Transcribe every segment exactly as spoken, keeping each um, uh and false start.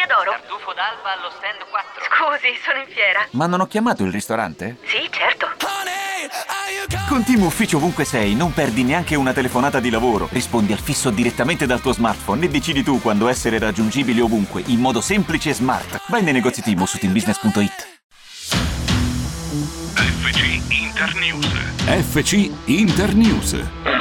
Osteria d'Oro. Tartufo d'alba allo stand quattro. Scusi, sono in fiera. Ma non ho chiamato il ristorante? Sì, certo. Con Team Ufficio ovunque sei, non perdi neanche una telefonata di lavoro. Rispondi al fisso direttamente dal tuo smartphone e decidi tu quando essere raggiungibile ovunque, in modo semplice e smart. Vai nei negozi Team o su team business punto it. F C Internews. F C Internews.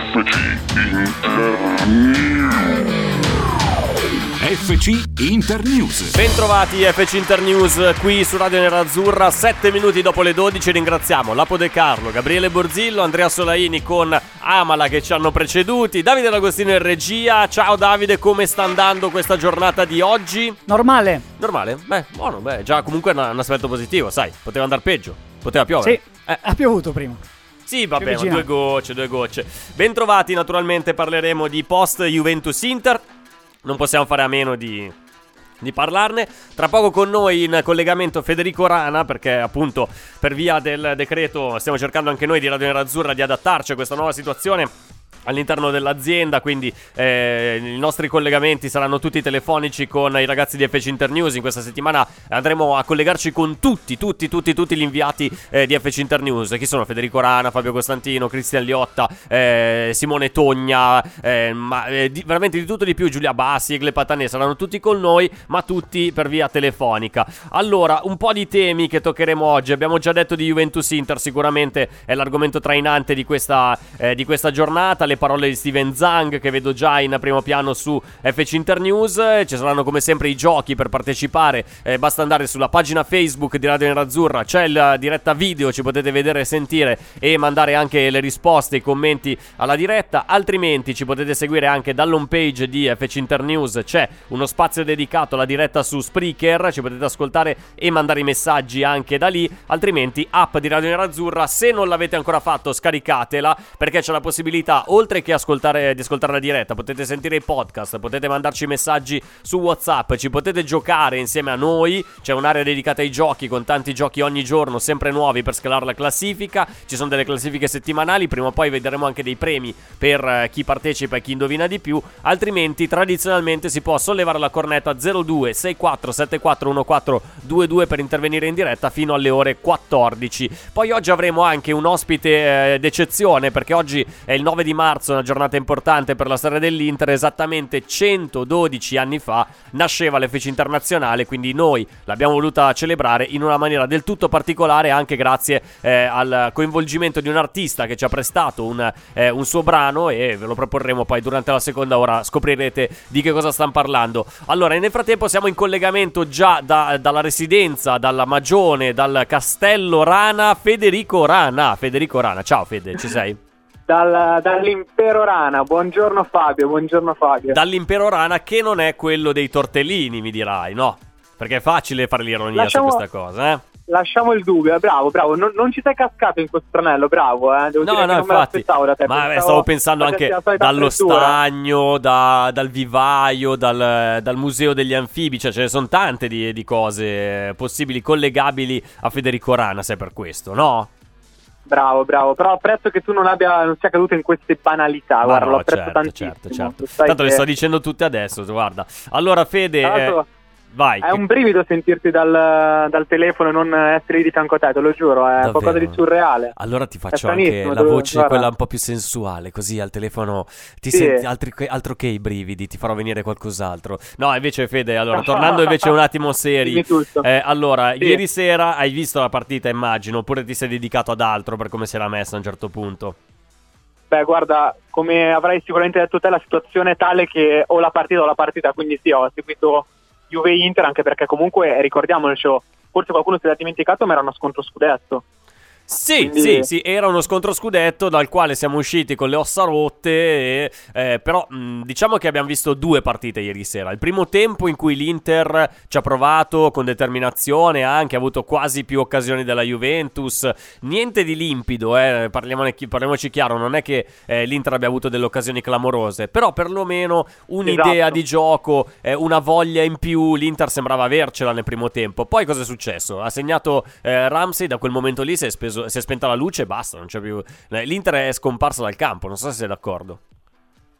F C Internews. Bentrovati F C Internews qui su Radio Nerazzurra, sette minuti dopo le dodici. Ringraziamo Lapo De Carlo, Gabriele Borzillo, Andrea Solaini con Amala che ci hanno preceduti, Davide D'Agostino in regia. Ciao Davide, come sta andando questa giornata di oggi? Normale. Normale? Beh, buono, beh, già comunque un aspetto positivo, sai, poteva andare peggio, poteva piovere. Sì, eh, ha piovuto prima. Sì, vabbè, ma due gocce, due gocce. Bentrovati, naturalmente parleremo di post Juventus Inter. Non possiamo fare a meno di, di parlarne. Tra poco con noi in collegamento Federico Rana, perché appunto per via del decreto stiamo cercando anche noi di Radio Nerazzurra di adattarci a questa nuova situazione all'interno dell'azienda, quindi eh, i nostri collegamenti saranno tutti telefonici con i ragazzi di F C Internews. In questa settimana andremo a collegarci con tutti, tutti, tutti, tutti gli inviati eh, di F C Internews. Chi sono? Federico Rana, Fabio Costantino, Cristian Liotta, eh, Simone Togna, eh, ma eh, di, veramente di tutto di più, Giulia Bassi, Egle Patanè, saranno tutti con noi, ma tutti per via telefonica. Allora, un po' di temi che toccheremo oggi. Abbiamo già detto di Juventus Inter, sicuramente è l'argomento trainante di questa, eh, di questa giornata. Le parole di Steven Zhang che vedo già in primo piano su F C Internews. Ci saranno come sempre i giochi per partecipare, eh, basta andare sulla pagina Facebook di Radio Nerazzurra, c'è la diretta video, ci potete vedere e sentire e mandare anche le risposte, i commenti alla diretta. Altrimenti ci potete seguire anche dall'home page di F C Internews, c'è uno spazio dedicato alla diretta su Spreaker, ci potete ascoltare e mandare i messaggi anche da lì. Altrimenti app di Radio Nerazzurra, se non l'avete ancora fatto scaricatela, perché c'è la possibilità, oltre che ascoltare, di ascoltare la diretta, potete sentire i podcast, potete mandarci messaggi su WhatsApp, ci potete giocare insieme a noi. C'è un'area dedicata ai giochi con tanti giochi ogni giorno, sempre nuovi per scalare la classifica. Ci sono delle classifiche settimanali, prima o poi vedremo anche dei premi per chi partecipa e chi indovina di più. Altrimenti tradizionalmente si può sollevare la cornetta zero due sei quattro sette quattro uno quattro due due per intervenire in diretta fino alle ore quattordici. Poi oggi avremo anche un ospite eh, d'eccezione, perché oggi è il nove di marzo, una giornata importante per la storia dell'Inter. Esattamente centododici anni fa nasceva l'F C Internazionale, quindi noi l'abbiamo voluta celebrare in una maniera del tutto particolare, anche grazie eh, al coinvolgimento di un artista che ci ha prestato un, eh, un suo brano, e ve lo proporremo poi durante la seconda ora, scoprirete di che cosa stanno parlando. Allora, nel frattempo siamo in collegamento già da, dalla residenza, dalla Magione, dal Castello Rana. Federico Rana, Federico Rana, ciao Fede, ci sei? Dal, dall'Impero Rana, buongiorno Fabio, buongiorno Fabio. Dall'Impero Rana, che non è quello dei tortellini, mi dirai, no? Perché è facile fare l'ironia lasciamo, su questa cosa, eh? Lasciamo il dubbio, bravo, bravo, non, non ci sei cascato in questo tranello, bravo, eh? Devo no, dire no, che non infatti, me l'aspettavo da te. ma pensavo, stavo pensando anche dallo apertura. stagno, da, dal vivaio, dal, dal museo degli anfibi, cioè ce ne sono tante di, di cose possibili, collegabili a Federico Rana, se è per questo, no? Bravo, bravo, però apprezzo che tu non abbia non sia caduto in queste banalità, ma guarda, no, lo apprezzo certo, tantissimo. certo, certo. Sai Tanto che... le sto dicendo tutte adesso, guarda. Allora Fede, eh, vai. È un brivido sentirti dal, dal telefono e non essere di fianco a te, te lo giuro, è Davvero? qualcosa di surreale. Allora ti faccio anche la devo, voce, guarda. quella un po' più sensuale, così al telefono ti sì. senti altri, altro che i brividi, ti farò venire qualcos'altro. No, invece Fede, allora, tornando invece un attimo seri, eh, allora, sì. Ieri sera hai visto la partita, immagino, oppure ti sei dedicato ad altro per come si era messa a un certo punto? Beh, guarda, come avrai sicuramente detto te, la situazione è tale che o la partita o la partita, quindi sì, ho seguito Juve Inter, anche perché comunque, ricordiamocelo, forse qualcuno si era dimenticato, ma era uno scontro scudetto. Sì, Quindi... sì, sì, era uno scontro scudetto dal quale siamo usciti con le ossa rotte, e, eh, però mh, diciamo che abbiamo visto due partite ieri sera. Il primo tempo in cui l'Inter ci ha provato con determinazione, anche ha avuto quasi più occasioni della Juventus, niente di limpido, eh, parliamone, parliamoci chiaro, non è che eh, l'Inter abbia avuto delle occasioni clamorose, però perlomeno un'idea esatto. di gioco, eh, una voglia in più, l'Inter sembrava avercela nel primo tempo. Poi cosa è successo? Ha segnato eh, Ramsey, da quel momento lì si è speso si è spenta la luce e basta, non c'è più. L'Inter è scomparsa dal campo, non so se sei d'accordo.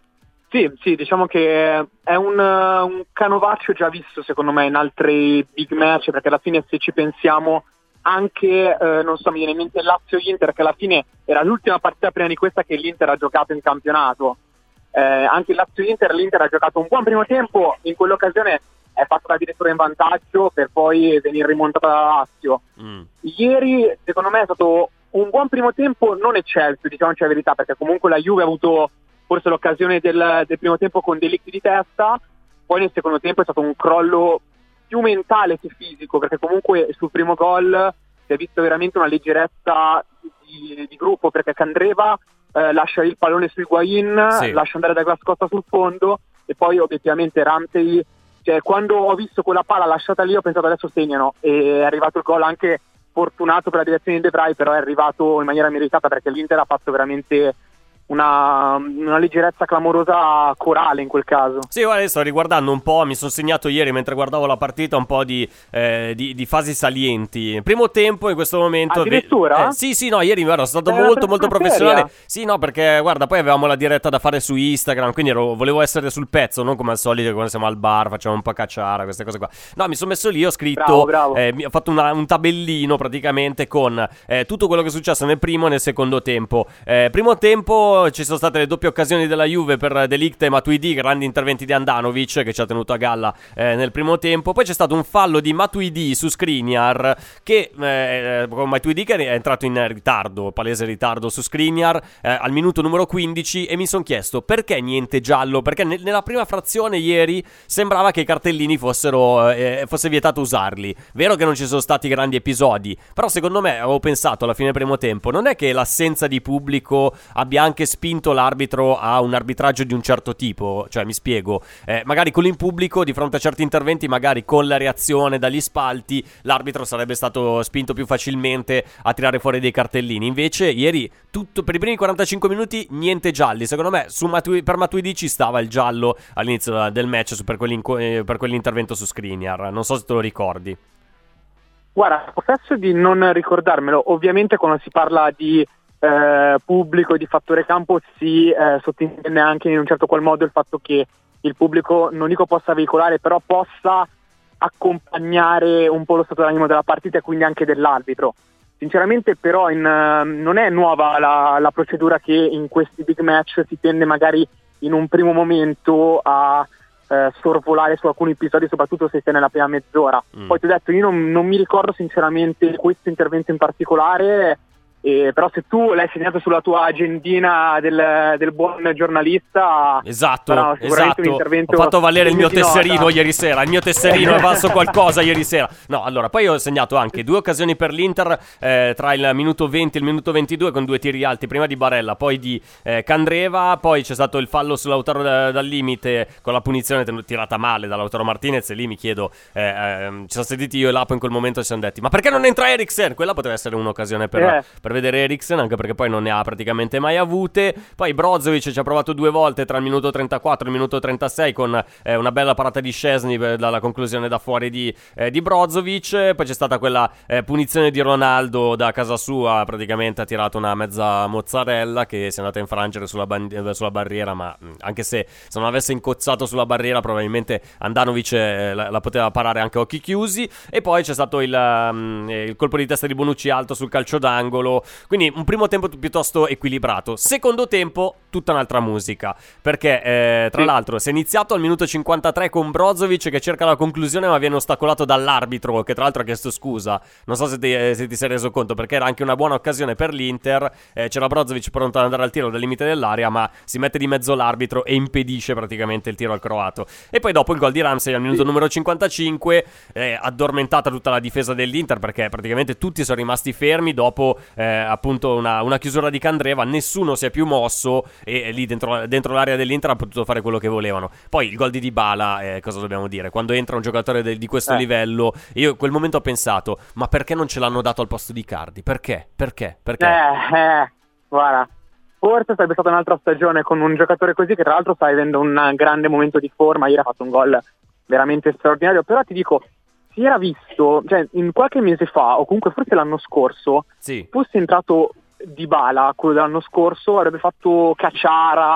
Sì, sì, diciamo che è un, un canovaccio già visto secondo me in altri big match, perché alla fine se ci pensiamo anche, eh, non so, mi viene in mente Lazio-Inter, che alla fine era l'ultima partita prima di questa che l'Inter ha giocato in campionato. Eh, anche il Lazio-Inter, l'Inter ha giocato un buon primo tempo, in quell'occasione è passata addirittura in vantaggio per poi venire rimontata da Lazio. Mm. Ieri secondo me è stato un buon primo tempo non eccelso, diciamoci la verità, perché comunque la Juve ha avuto forse l'occasione del, del primo tempo con delitti di testa, poi nel secondo tempo è stato un crollo più mentale che fisico, perché comunque sul primo gol si è visto veramente una leggerezza di, di gruppo, perché Candreva eh, lascia il pallone su Higuain, sì. lascia andare Douglas Costa sul fondo, e poi obiettivamente Ramsey, cioè quando ho visto quella palla lasciata lì ho pensato adesso segnano, e è arrivato il gol anche fortunato per la direzione di De Vrij, però è arrivato in maniera meritata, perché l'Inter ha fatto veramente Una, una leggerezza clamorosa corale in quel caso. Sì, guarda, sto riguardando un po', mi sono segnato ieri mentre guardavo la partita un po' di, eh, di, di fasi salienti. Primo tempo in questo momento. Addirittura? Eh, sì, sì, no, ieri guarda, sono stato molto molto professionale. Seria? Sì, no, perché guarda, poi avevamo la diretta da fare su Instagram, quindi ero, volevo essere sul pezzo, non come al solito quando siamo al bar, facciamo un po' cacciara, queste cose qua. No, mi sono messo lì, ho scritto, bravo, bravo. Eh, ho fatto una, un tabellino praticamente con eh, tutto quello che è successo nel primo e nel secondo tempo. Eh, primo tempo ci sono state le doppie occasioni della Juve per De Ligt e Matuidi, grandi interventi di Handanovic che ci ha tenuto a galla eh, nel primo tempo. Poi c'è stato un fallo di Matuidi su Skriniar, che eh, con Matuidi che è entrato in ritardo, palese ritardo su Skriniar eh, al minuto numero quindici, e mi sono chiesto perché niente giallo, perché ne- nella prima frazione ieri sembrava che i cartellini fossero eh, fosse vietato usarli. Vero che non ci sono stati grandi episodi, però secondo me, avevo pensato alla fine del primo tempo, non è che l'assenza di pubblico abbia anche spinto l'arbitro a un arbitraggio di un certo tipo, cioè mi spiego, eh, magari con l'impubblico di fronte a certi interventi, magari con la reazione dagli spalti, l'arbitro sarebbe stato spinto più facilmente a tirare fuori dei cartellini. Invece ieri tutto, per i primi quarantacinque minuti niente gialli. Secondo me su Matui, per Matuidi ci stava il giallo all'inizio del match per, eh, per quell'intervento su Skriniar, non so se te lo ricordi. Guarda, confesso di non ricordarmelo. Ovviamente quando si parla di Eh, pubblico e di fattore campo si eh, sottintende anche in un certo qual modo il fatto che il pubblico, non dico possa veicolare, però possa accompagnare un po' lo stato d'animo della partita e quindi anche dell'arbitro. Sinceramente però in, uh, non è nuova la, la procedura che in questi big match si tende magari in un primo momento a uh, sorvolare su alcuni episodi, soprattutto se sei nella prima mezz'ora. Mm. Poi ti ho detto, io non, non mi ricordo sinceramente questo intervento in particolare. Eh, però se tu l'hai segnato sulla tua agendina del, del buon giornalista, esatto, sarà sicuramente esatto. un intervento. Ho fatto valere il mio tesserino nota. ieri sera. Il mio tesserino è valso qualcosa ieri sera. No, allora, poi ho segnato anche due occasioni per l'Inter eh, tra il minuto venti e il minuto ventidue con due tiri alti, prima di Barella, poi di eh, Candreva. Poi c'è stato il fallo su Lautaro da, dal limite con la punizione tirata male da Lautaro Martinez, e lì mi chiedo, eh, eh, ci siamo sediti io e Lapo in quel momento e ci siamo detti: ma perché non entra Eriksen? Quella poteva essere un'occasione per, eh. per vedere Eriksen, anche perché poi non ne ha praticamente mai avute. Poi Brozovic ci ha provato due volte tra il minuto trentaquattro e il minuto trentasei con eh, una bella parata di Szczesny dalla conclusione da fuori di, eh, di Brozovic. Poi c'è stata quella eh, punizione di Ronaldo da casa sua, praticamente ha tirato una mezza mozzarella che si è andata a infrangere sulla, ban- sulla barriera, ma mh, anche se, se non avesse incozzato sulla barriera probabilmente Handanovic eh, la, la poteva parare anche a occhi chiusi. E poi c'è stato il, um, il colpo di testa di Bonucci alto sul calcio d'angolo. Quindi un primo tempo piuttosto equilibrato. Secondo tempo tutta un'altra musica, perché eh, tra sì. l'altro si è iniziato al minuto cinquantatré con Brozovic che cerca la conclusione ma viene ostacolato dall'arbitro, che tra l'altro ha chiesto scusa. Non so se ti, eh, se ti sei reso conto, perché era anche una buona occasione per l'Inter. eh, C'era Brozovic pronto ad andare al tiro dal limite dell'area, ma si mette di mezzo l'arbitro e impedisce praticamente il tiro al croato. E poi dopo il gol di Ramsey al minuto numero cinquantacinque, eh, addormentata tutta la difesa dell'Inter, perché praticamente tutti sono rimasti fermi dopo eh, appunto Una, una chiusura di Candreva, nessuno si è più mosso e, e lì dentro, dentro l'area dell'Inter ha potuto fare quello che volevano. Poi il gol di Dybala, eh, cosa dobbiamo dire? Quando entra un giocatore de, di questo eh. livello, io in quel momento ho pensato: ma perché non ce l'hanno dato al posto di Icardi? Perché? Perché? Perché? Eh, eh, guarda, forse sarebbe stata un'altra stagione con un giocatore così, che tra l'altro sta vivendo un grande momento di forma. Ieri ha fatto un gol veramente straordinario, però ti dico, si era visto, cioè in qualche mese fa, o comunque forse l'anno scorso, sì. fosse entrato Dybala, quello dell'anno scorso, avrebbe fatto cacciara,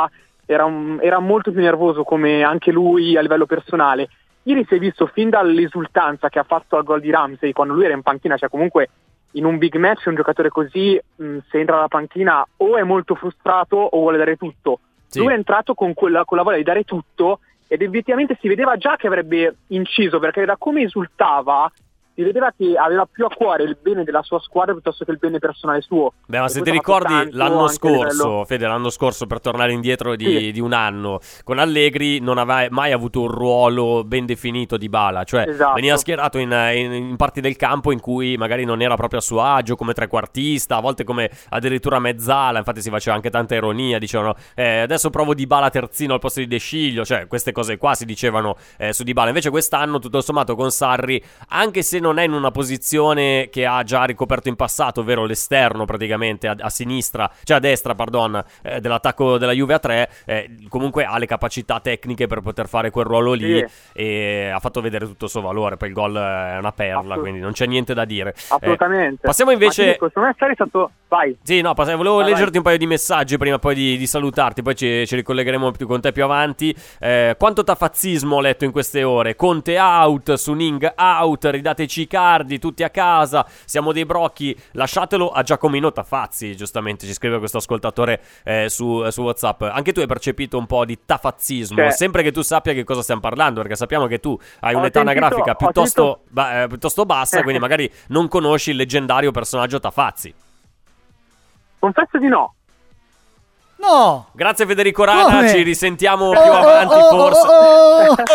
era, un, era molto più nervoso, come anche lui a livello personale. Ieri si è visto fin dall'esultanza che ha fatto al gol di Ramsey quando lui era in panchina, cioè comunque in un big match un giocatore così mh, se entra alla panchina o è molto frustrato o vuole dare tutto. Sì. Lui è entrato con quella, con la voglia di dare tutto, ed effettivamente si vedeva già che avrebbe inciso, perché da come esultava si vedeva che aveva più a cuore il bene della sua squadra piuttosto che il bene personale suo. Beh, ma se ti ricordi l'anno scorso, livello... Fede, l'anno scorso, per tornare indietro di, sì. di un anno, con Allegri non aveva mai avuto un ruolo ben definito di Dybala, cioè esatto. veniva schierato in, in, in parti del campo in cui magari non era proprio a suo agio, come trequartista, a volte come addirittura mezzala, infatti si faceva anche tanta ironia, dicevano eh, adesso provo Dybala terzino al posto di De Sciglio, cioè queste cose qua si dicevano eh, su Dybala. Invece quest'anno tutto sommato con Sarri, anche se non è in una posizione che ha già ricoperto in passato, ovvero l'esterno praticamente a, a sinistra, cioè a destra, pardon, eh, dell'attacco della Juve a tre, eh, comunque ha le capacità tecniche per poter fare quel ruolo lì, sì. e ha fatto vedere tutto il suo valore. Poi il gol è una perla, Assolut- quindi non c'è niente da dire. Assolutamente. Eh, passiamo invece... Dico, secondo me Sarri è stato... Vai. Sì, no, pass- volevo vai, leggerti vai. un paio di messaggi prima poi di, di salutarti, poi ci, ci ricollegheremo più con te più avanti. Eh, quanto tafazzismo ho letto in queste ore. Conte out, Suning out, ridateci i cardi, tutti a casa, siamo dei brocchi, lasciatelo a Giacomino Tafazzi, giustamente ci scrive questo ascoltatore eh, su, su WhatsApp. Anche tu hai percepito un po' di tafazzismo, cioè, sempre che tu sappia che cosa stiamo parlando, perché sappiamo che tu hai un'età sentito, anagrafica piuttosto, sentito... ba- eh, piuttosto bassa, quindi magari non conosci il leggendario personaggio Tafazzi. Confesso di no. No. Grazie Federico Rana, Come? ci risentiamo Oh, più oh, avanti oh, forse. oh, oh, oh.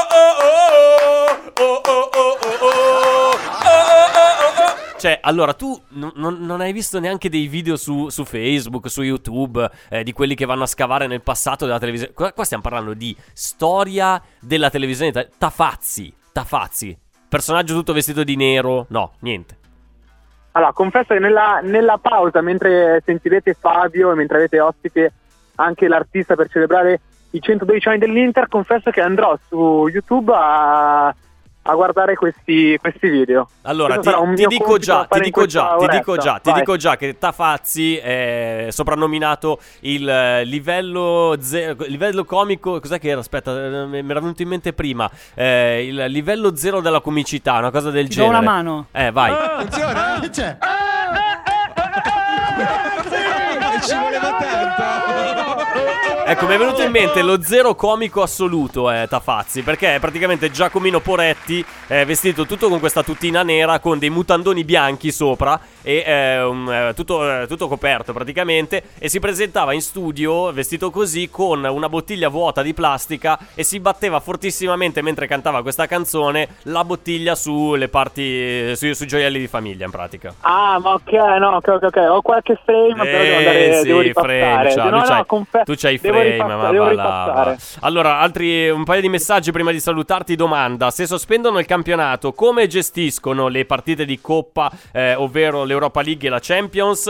Cioè, allora, tu n- non, non hai visto neanche dei video su, su Facebook, su YouTube, eh, di quelli che vanno a scavare nel passato della televisione. Qua, qua stiamo parlando di storia della televisione. Tafazzi, Tafazzi, personaggio tutto vestito di nero. No, niente. Allora, confesso che nella, nella pausa, mentre sentirete Fabio e mentre avete ospite anche l'artista per celebrare i centododici anni dell'Inter, confesso che andrò su YouTube a, a guardare questi, questi video. Allora, ti, ti dico già, ti dico già, ti dico già, ti dico già che Tafazzi è soprannominato il livello zero, livello comico, cos'è che era? Aspetta, mi era venuto in mente prima, eh, il livello zero della comicità, una cosa del Ti genere. do una mano. Eh, vai. Attenzione, che c'è? Ci voleva tanto. Ecco, mi è venuto in mente lo zero comico assoluto, eh, Tafazzi, perché è praticamente Giacomino Poretti, eh, vestito tutto con questa tutina nera, con dei mutandoni bianchi sopra e eh, um, eh, tutto, eh, tutto coperto praticamente, e si presentava in studio vestito così con una bottiglia vuota di plastica e si batteva fortissimamente mentre cantava questa canzone la bottiglia sulle parti, su, sui gioielli di famiglia in pratica. Ah, ma ok, no, ok, ok, ok. Ho qualche frame, Eh, però devo andare, sì, devo ripassare. frame, cioè, no, tu c'hai, no, confe- tu c'hai devo frame, ripassare, ma devo va là, ripassare. va. Allora, altri un paio di messaggi prima di salutarti. Domanda: se sospendono il campionato, come gestiscono le partite di Coppa, eh, ovvero l'Europa League e la Champions?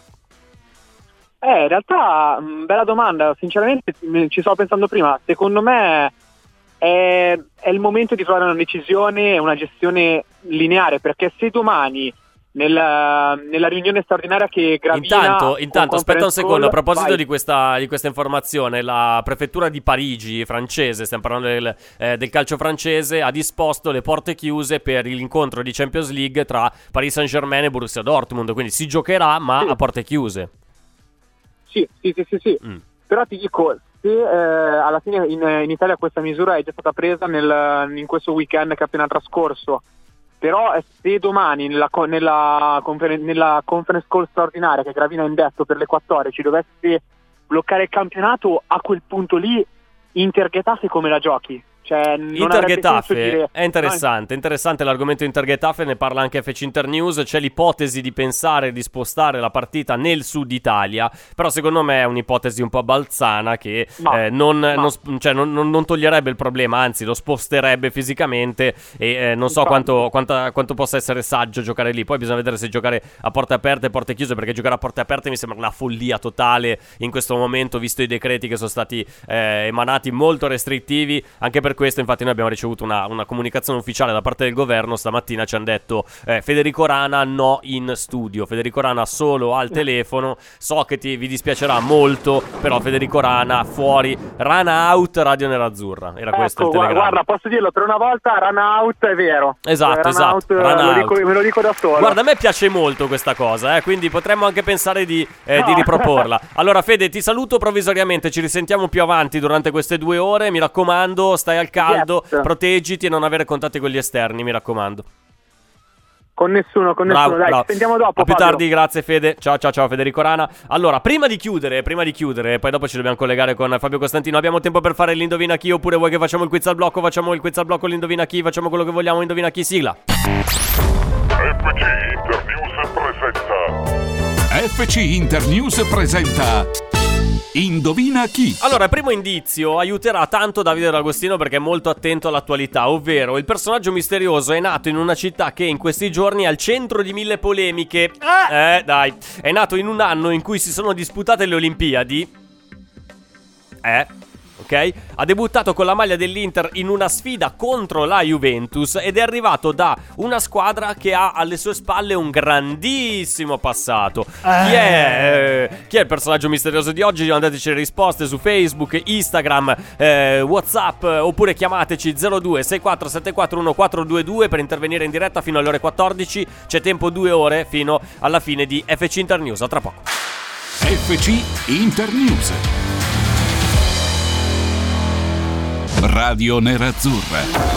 Eh, in realtà, mh, bella domanda. Sinceramente, m- ci stavo pensando prima. Secondo me è, è il momento di trovare una decisione e una gestione lineare, perché se domani nella, nella riunione straordinaria che Gravina Intanto, intanto aspetta un secondo, a proposito vai. di questa, di questa informazione, la prefettura di Parigi, francese, stiamo parlando del, eh, del calcio francese, ha disposto le porte chiuse per l'incontro di Champions League tra Paris Saint-Germain e Borussia Dortmund, quindi si giocherà ma Sì. a porte chiuse. Sì, sì, sì, sì, sì. Mm. Però ti dico, se eh, alla fine in, in Italia questa misura è già stata presa nel, in questo weekend che è appena trascorso, però se domani nella, nella, conferen- nella conference call straordinaria che Gravina ha indetto per le quattordici dovesse bloccare il campionato, a quel punto lì Inter Getafe come la giochi? Cioè, non Inter avrebbe senso Getafe dire... è interessante, interessante l'argomento Inter Getafe, ne parla anche F C Internews. C'è l'ipotesi di pensare di spostare la partita nel sud Italia, però secondo me è un'ipotesi un po' balzana che Ma, eh, non, ma. non, cioè, non, non, non toglierebbe il problema, anzi lo sposterebbe fisicamente e eh, non so quanto, quanta, quanto possa essere saggio giocare lì. Poi bisogna vedere se giocare a porte aperte e porte chiuse, perché giocare a porte aperte mi sembra una follia totale in questo momento, visto i decreti che sono stati eh, emanati molto restrittivi. Anche per questo infatti noi abbiamo ricevuto una, una comunicazione ufficiale da parte del governo. Stamattina ci hanno detto eh, Federico Rana no in studio, Federico Rana solo al telefono. So che ti, vi dispiacerà molto, però Federico Rana fuori, Rana out, Radio Nerazzurra. Era questo ecco, il telegramma. Guarda, posso dirlo, per una volta Rana out è vero. Esatto, Run esatto. Out, Run me, lo dico, out. me lo dico da solo. Guarda, a me piace molto questa cosa, eh, quindi potremmo anche pensare di, eh, No. di riproporla. Allora, Fede, ti saluto provvisoriamente. Ci risentiamo più avanti durante queste due ore. Mi raccomando, stai al caldo, Yes. proteggiti e non avere contatti con gli esterni. Mi raccomando. Con nessuno, con Bravo, nessuno. Dai, bravo. ci sentiamo dopo. A più Fabio. tardi, grazie Fede. Ciao ciao ciao Federico Rana. Allora, prima di chiudere, prima di chiudere, poi dopo ci dobbiamo collegare con Fabio Costantino. Abbiamo tempo per fare l'indovina chi, oppure vuoi che facciamo il quiz al blocco? Facciamo il quiz al blocco, l'indovina chi, facciamo quello che vogliamo, indovina chi, sigla. F C Internews presenta F C Internews presenta Indovina chi? Allora, il primo indizio aiuterà tanto Davide D'Agostino perché è molto attento all'attualità, ovvero il personaggio misterioso è nato in una città che in questi giorni è al centro di mille polemiche. Eh, dai, è nato in un anno in cui si sono disputate le Olimpiadi. Eh... Ok? Ha debuttato con la maglia dell'Inter in una sfida contro la Juventus ed è arrivato da una squadra che ha alle sue spalle un grandissimo passato. Eh. Chi è? Eh, chi è il personaggio misterioso di oggi? Mandateci le risposte su Facebook, Instagram, eh, WhatsApp, oppure chiamateci zero due sei quattro sette quattro uno quattro due due per intervenire in diretta fino alle ore quattordici. C'è tempo due ore fino alla fine di F C Internews. A tra poco. F C Internews. Radio Nerazzurra.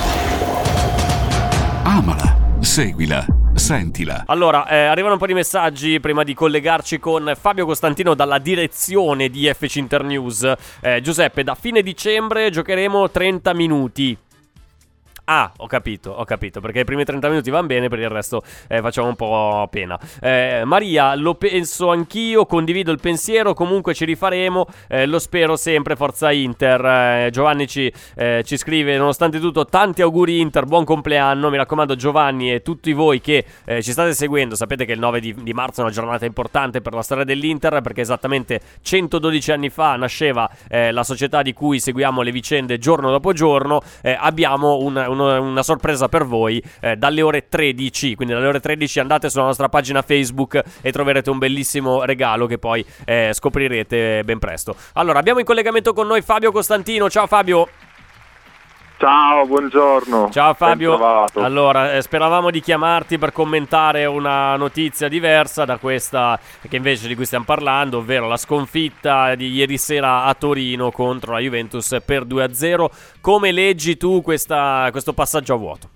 Amala, seguila, sentila. Allora, eh, arrivano un po' di messaggi prima di collegarci con Fabio Costantino dalla direzione di F C Internews. Eh, Giuseppe, da fine dicembre giocheremo trenta minuti. Ah, ho capito, ho capito, perché i primi trenta minuti vanno bene, per il resto eh, facciamo un po' pena. eh, Maria, lo penso anch'io, condivido il pensiero, comunque ci rifaremo, eh, lo spero sempre, forza Inter. eh, Giovanni ci, eh, ci scrive, nonostante tutto, tanti auguri Inter, buon compleanno. Mi raccomando Giovanni e tutti voi che eh, ci state seguendo, sapete che il nove di, di marzo è una giornata importante per la storia dell'Inter, perché esattamente centododici anni fa nasceva eh, la società di cui seguiamo le vicende giorno dopo giorno. eh, Abbiamo un una sorpresa per voi eh, dalle ore tredici, quindi dalle ore tredici andate sulla nostra pagina Facebook e troverete un bellissimo regalo che poi eh, scoprirete ben presto. Allora, abbiamo in collegamento con noi Fabio Costantino. Ciao Fabio. Ciao, buongiorno. Ciao Fabio. Ben trovato. Allora, eh, speravamo di chiamarti per commentare una notizia diversa da questa che invece di cui stiamo parlando, ovvero la sconfitta di ieri sera a Torino contro la Juventus per due a zero. Come leggi tu questa, questo passaggio a vuoto?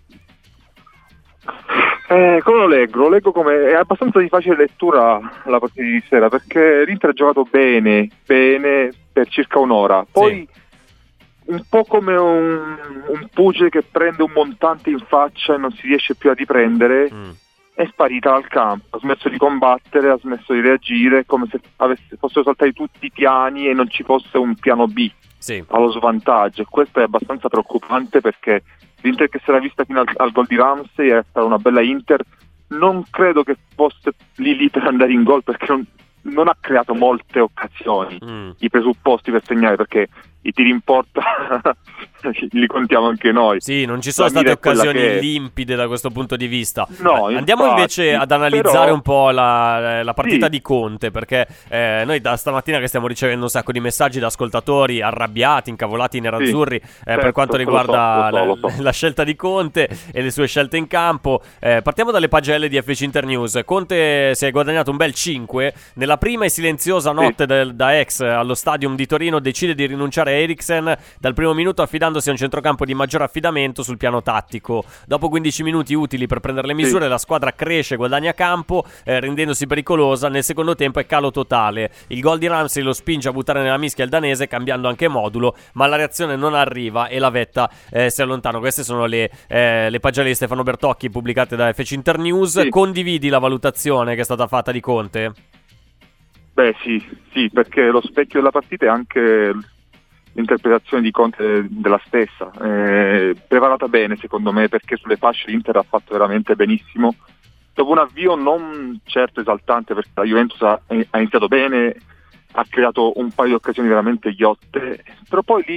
Eh, come lo leggo? Lo leggo come è abbastanza di facile lettura la partita di sera, perché l'Inter ha giocato bene, bene per circa un'ora. Poi Sì. Un po' come un, un pugile che prende un montante in faccia e non si riesce più a riprendere, Mm. è sparita dal campo, ha smesso di combattere, ha smesso di reagire, come se avesse, fossero saltati tutti i piani e non ci fosse un piano B Sì. allo svantaggio. E questo è abbastanza preoccupante, perché l'Inter che si era vista fino al, al gol di Ramsey è stata una bella Inter. Non credo che fosse lì lì per andare in gol, perché non, non ha creato molte occasioni, Mm. i presupposti per segnare, perché i tiri in porta li contiamo anche noi. Sì, non ci sono La state mira è quella occasioni che è. limpide da questo punto di vista. No, Eh, Andiamo infatti, invece ad analizzare però- un po' la, la partita Sì. di Conte, perché eh, noi da stamattina che stiamo ricevendo un sacco di messaggi da ascoltatori arrabbiati, incavolati nerazzurri eh, per certo, quanto lo riguarda so, lo so, lo la, so. la scelta di Conte e le sue scelte in campo. Eh, partiamo dalle pagelle di F C Internews. Conte si è guadagnato un bel cinque. Nella prima e silenziosa notte del- da ex allo Stadium di Torino decide di rinunciare a Eriksen dal primo minuto, affidandosi a un centrocampo di maggior affidamento sul piano tattico. Dopo quindici minuti utili per prendere le misure, Sì. la squadra cresce, guadagna campo, eh, rendendosi pericolosa. Nel secondo tempo è calo totale. Il gol di Ramsey lo spinge a buttare nella mischia il danese, cambiando anche modulo, ma la reazione non arriva e la vetta eh, si allontana. Queste sono le, eh, le pagelle di Stefano Bertocchi pubblicate da F C Internews. Sì. Condividi la valutazione che è stata fatta di Conte? Beh sì, sì, perché lo specchio della partita è anche l'interpretazione di Conte della stessa, eh, preparata bene secondo me, perché sulle fasce l'Inter ha fatto veramente benissimo, dopo un avvio non certo esaltante, perché la Juventus ha, ha iniziato bene, ha creato un paio di occasioni veramente ghiotte, però poi lì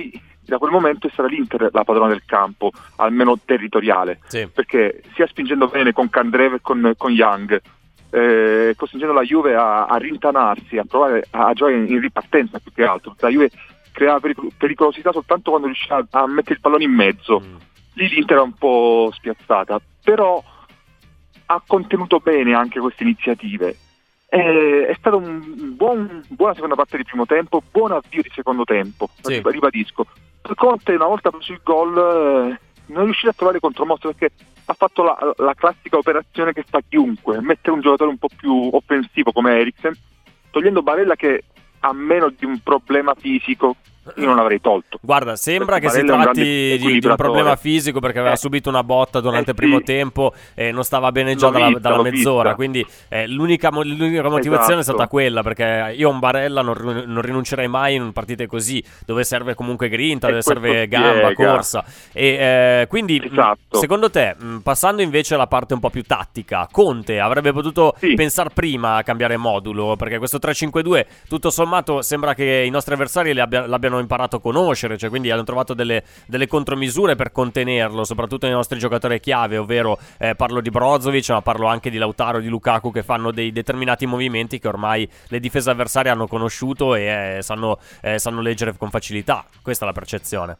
da quel momento è stata l'Inter la padrona del campo, almeno territoriale, sì. Perché sia spingendo bene con Candreva e con, con Young, eh, costringendo la Juve a, a rintanarsi, a provare a, a giocare in, in ripartenza più che altro. La Juve creava pericol- pericolosità soltanto quando riusciva a, a mettere il pallone in mezzo. Mm. Lì l'Inter era un po' spiazzata, però ha contenuto bene anche queste iniziative. Eh, è stata un buon, buona seconda parte di primo tempo, buon avvio di secondo tempo, sì. Ribadisco. Conte una volta preso il gol eh, non è riuscito a trovare contromosse, perché ha fatto la, la classica operazione che fa chiunque, mettere un giocatore un po' più offensivo come Eriksen, togliendo Barella che ha meno di un problema fisico. Io non l'avrei tolto. Guarda, sembra perché che Barella si tratti di, di un problema fisico, perché aveva eh. subito una botta durante eh, il primo sì. tempo e non stava bene già L'ho dalla, vista, dalla l'ho mezz'ora. vista. Quindi eh, l'unica, l'unica motivazione esatto. è stata quella, perché io a un Barella non, non rinuncerei mai in partite così, dove serve comunque grinta, dove serve gamba, spiega. corsa. E eh, quindi esatto. mh, secondo te, mh, passando invece alla parte un po' più tattica, Conte avrebbe potuto sì. pensare prima a cambiare modulo? Perché questo tre cinque due tutto sommato sembra che i nostri avversari abbia, l'abbiano imparato a conoscere, cioè quindi hanno trovato delle, delle contromisure per contenerlo, soprattutto nei nostri giocatori chiave, ovvero eh, parlo di Brozovic, ma parlo anche di Lautaro e di Lukaku, che fanno dei determinati movimenti che ormai le difese avversarie hanno conosciuto e eh, sanno, eh, sanno leggere con facilità. Questa è la percezione.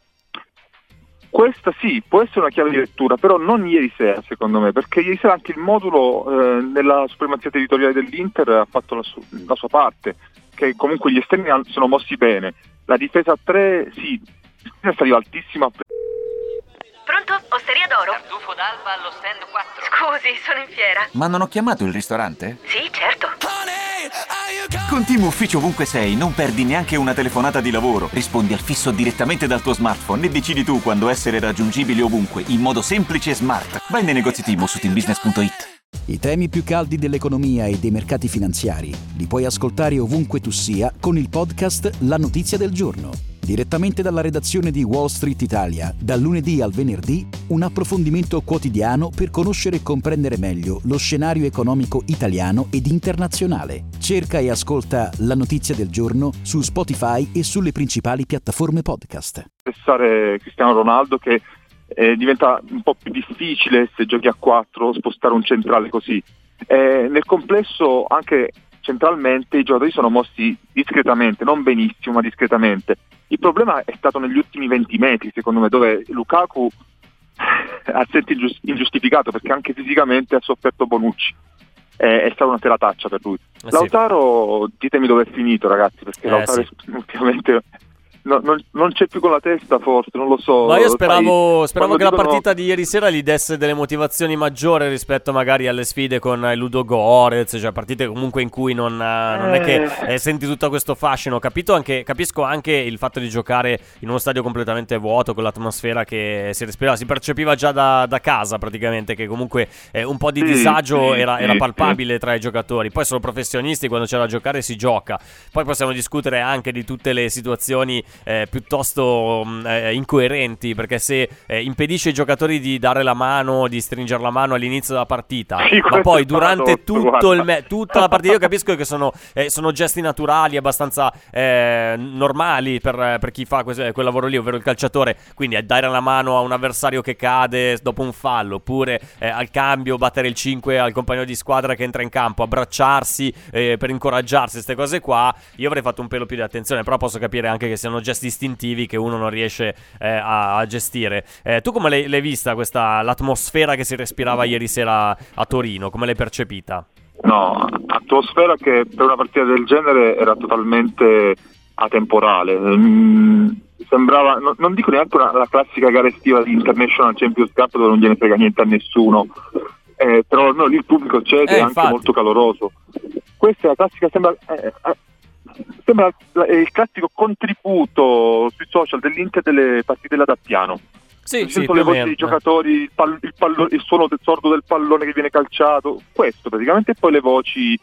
Questa sì, può essere una chiave di lettura, però non ieri sera secondo me, perché ieri sera anche il modulo eh, nella supremazia territoriale dell'Inter ha fatto la, su- la sua parte, che comunque gli esterni sono mossi bene. La difesa a tre, sì, saliva altissima. Pronto? Osteria d'oro? Tartufo d'alba allo stand quattro. Scusi, sono in fiera. Ma non ho chiamato il ristorante? Sì, certo. Con Team Ufficio ovunque sei non perdi neanche una telefonata di lavoro. Rispondi al fisso direttamente dal tuo smartphone e decidi tu quando essere raggiungibile ovunque, in modo semplice e smart. Vai nei negozi Team o su team business punto it. I temi più caldi dell'economia e dei mercati finanziari li puoi ascoltare ovunque tu sia con il podcast La Notizia del Giorno. Direttamente dalla redazione di Wall Street Italia, dal lunedì al venerdì, un approfondimento quotidiano per conoscere e comprendere meglio lo scenario economico italiano ed internazionale. Cerca e ascolta La Notizia del Giorno su Spotify e sulle principali piattaforme podcast. Pensare Cristiano Ronaldo che Eh, diventa un po' più difficile se giochi a quattro spostare un centrale così. Eh, nel complesso anche centralmente i giocatori sono mossi discretamente, non benissimo ma discretamente. Il problema è stato negli ultimi venti metri secondo me, dove Lukaku ha sentito ingiust- ingiustificato perché anche fisicamente ha sofferto Bonucci. Eh, è stata una telataccia per lui. eh Lautaro, sì. Ditemi dove è finito ragazzi, perché eh, Lautaro sì. è ultimamente No, non, non c'è più con la testa forse, non lo so. Ma io speravo, sai, speravo che dicono... la partita di ieri sera gli desse delle motivazioni maggiori rispetto magari alle sfide con Ludo Gorez, cioè partite comunque in cui non, eh... non è che eh, senti tutto questo fascino. Capito anche, capisco anche il fatto di giocare in uno stadio completamente vuoto, con l'atmosfera che si respirava, si percepiva già da, da casa praticamente, che comunque eh, un po' di sì, disagio sì, era, sì, era palpabile sì. tra i giocatori. Poi sono professionisti, quando c'è da giocare si gioca. Poi possiamo discutere anche di tutte le situazioni eh, piuttosto Eh, incoerenti, perché se eh, impedisce ai giocatori di dare la mano, di stringere la mano all'inizio della partita, sì, ma poi durante tutto, tutto il me- tutta la partita, io capisco che sono, eh, sono gesti naturali, abbastanza eh, normali per, per chi fa que- quel lavoro lì, ovvero il calciatore, quindi eh, dare la mano a un avversario che cade dopo un fallo, oppure eh, al cambio battere il cinque al compagno di squadra che entra in campo, abbracciarsi eh, per incoraggiarsi, queste cose qua, io avrei fatto un pelo più di attenzione, però posso capire anche che siano gesti istintivi che uno non riesce eh, a, a gestire. Eh, tu come l'hai, l'hai vista questa l'atmosfera che si respirava ieri sera a Torino? Come l'hai percepita? No, atmosfera che per una partita del genere era totalmente atemporale. Mm, sembrava, no, non dico neanche una, la classica gara estiva di International Champions Cup dove non gliene frega niente a nessuno, eh, però almeno lì il pubblico c'è ed eh, è infatti. anche molto caloroso. Questa è la classica, sembra... Eh, eh, Sembra il classico contributo sui social dell'Inter delle partite là da piano. Sì, sì, sento più le o voci meno. dei giocatori, il, pall- il, pallo- il suono del sordo del pallone che viene calciato, questo praticamente, e poi le voci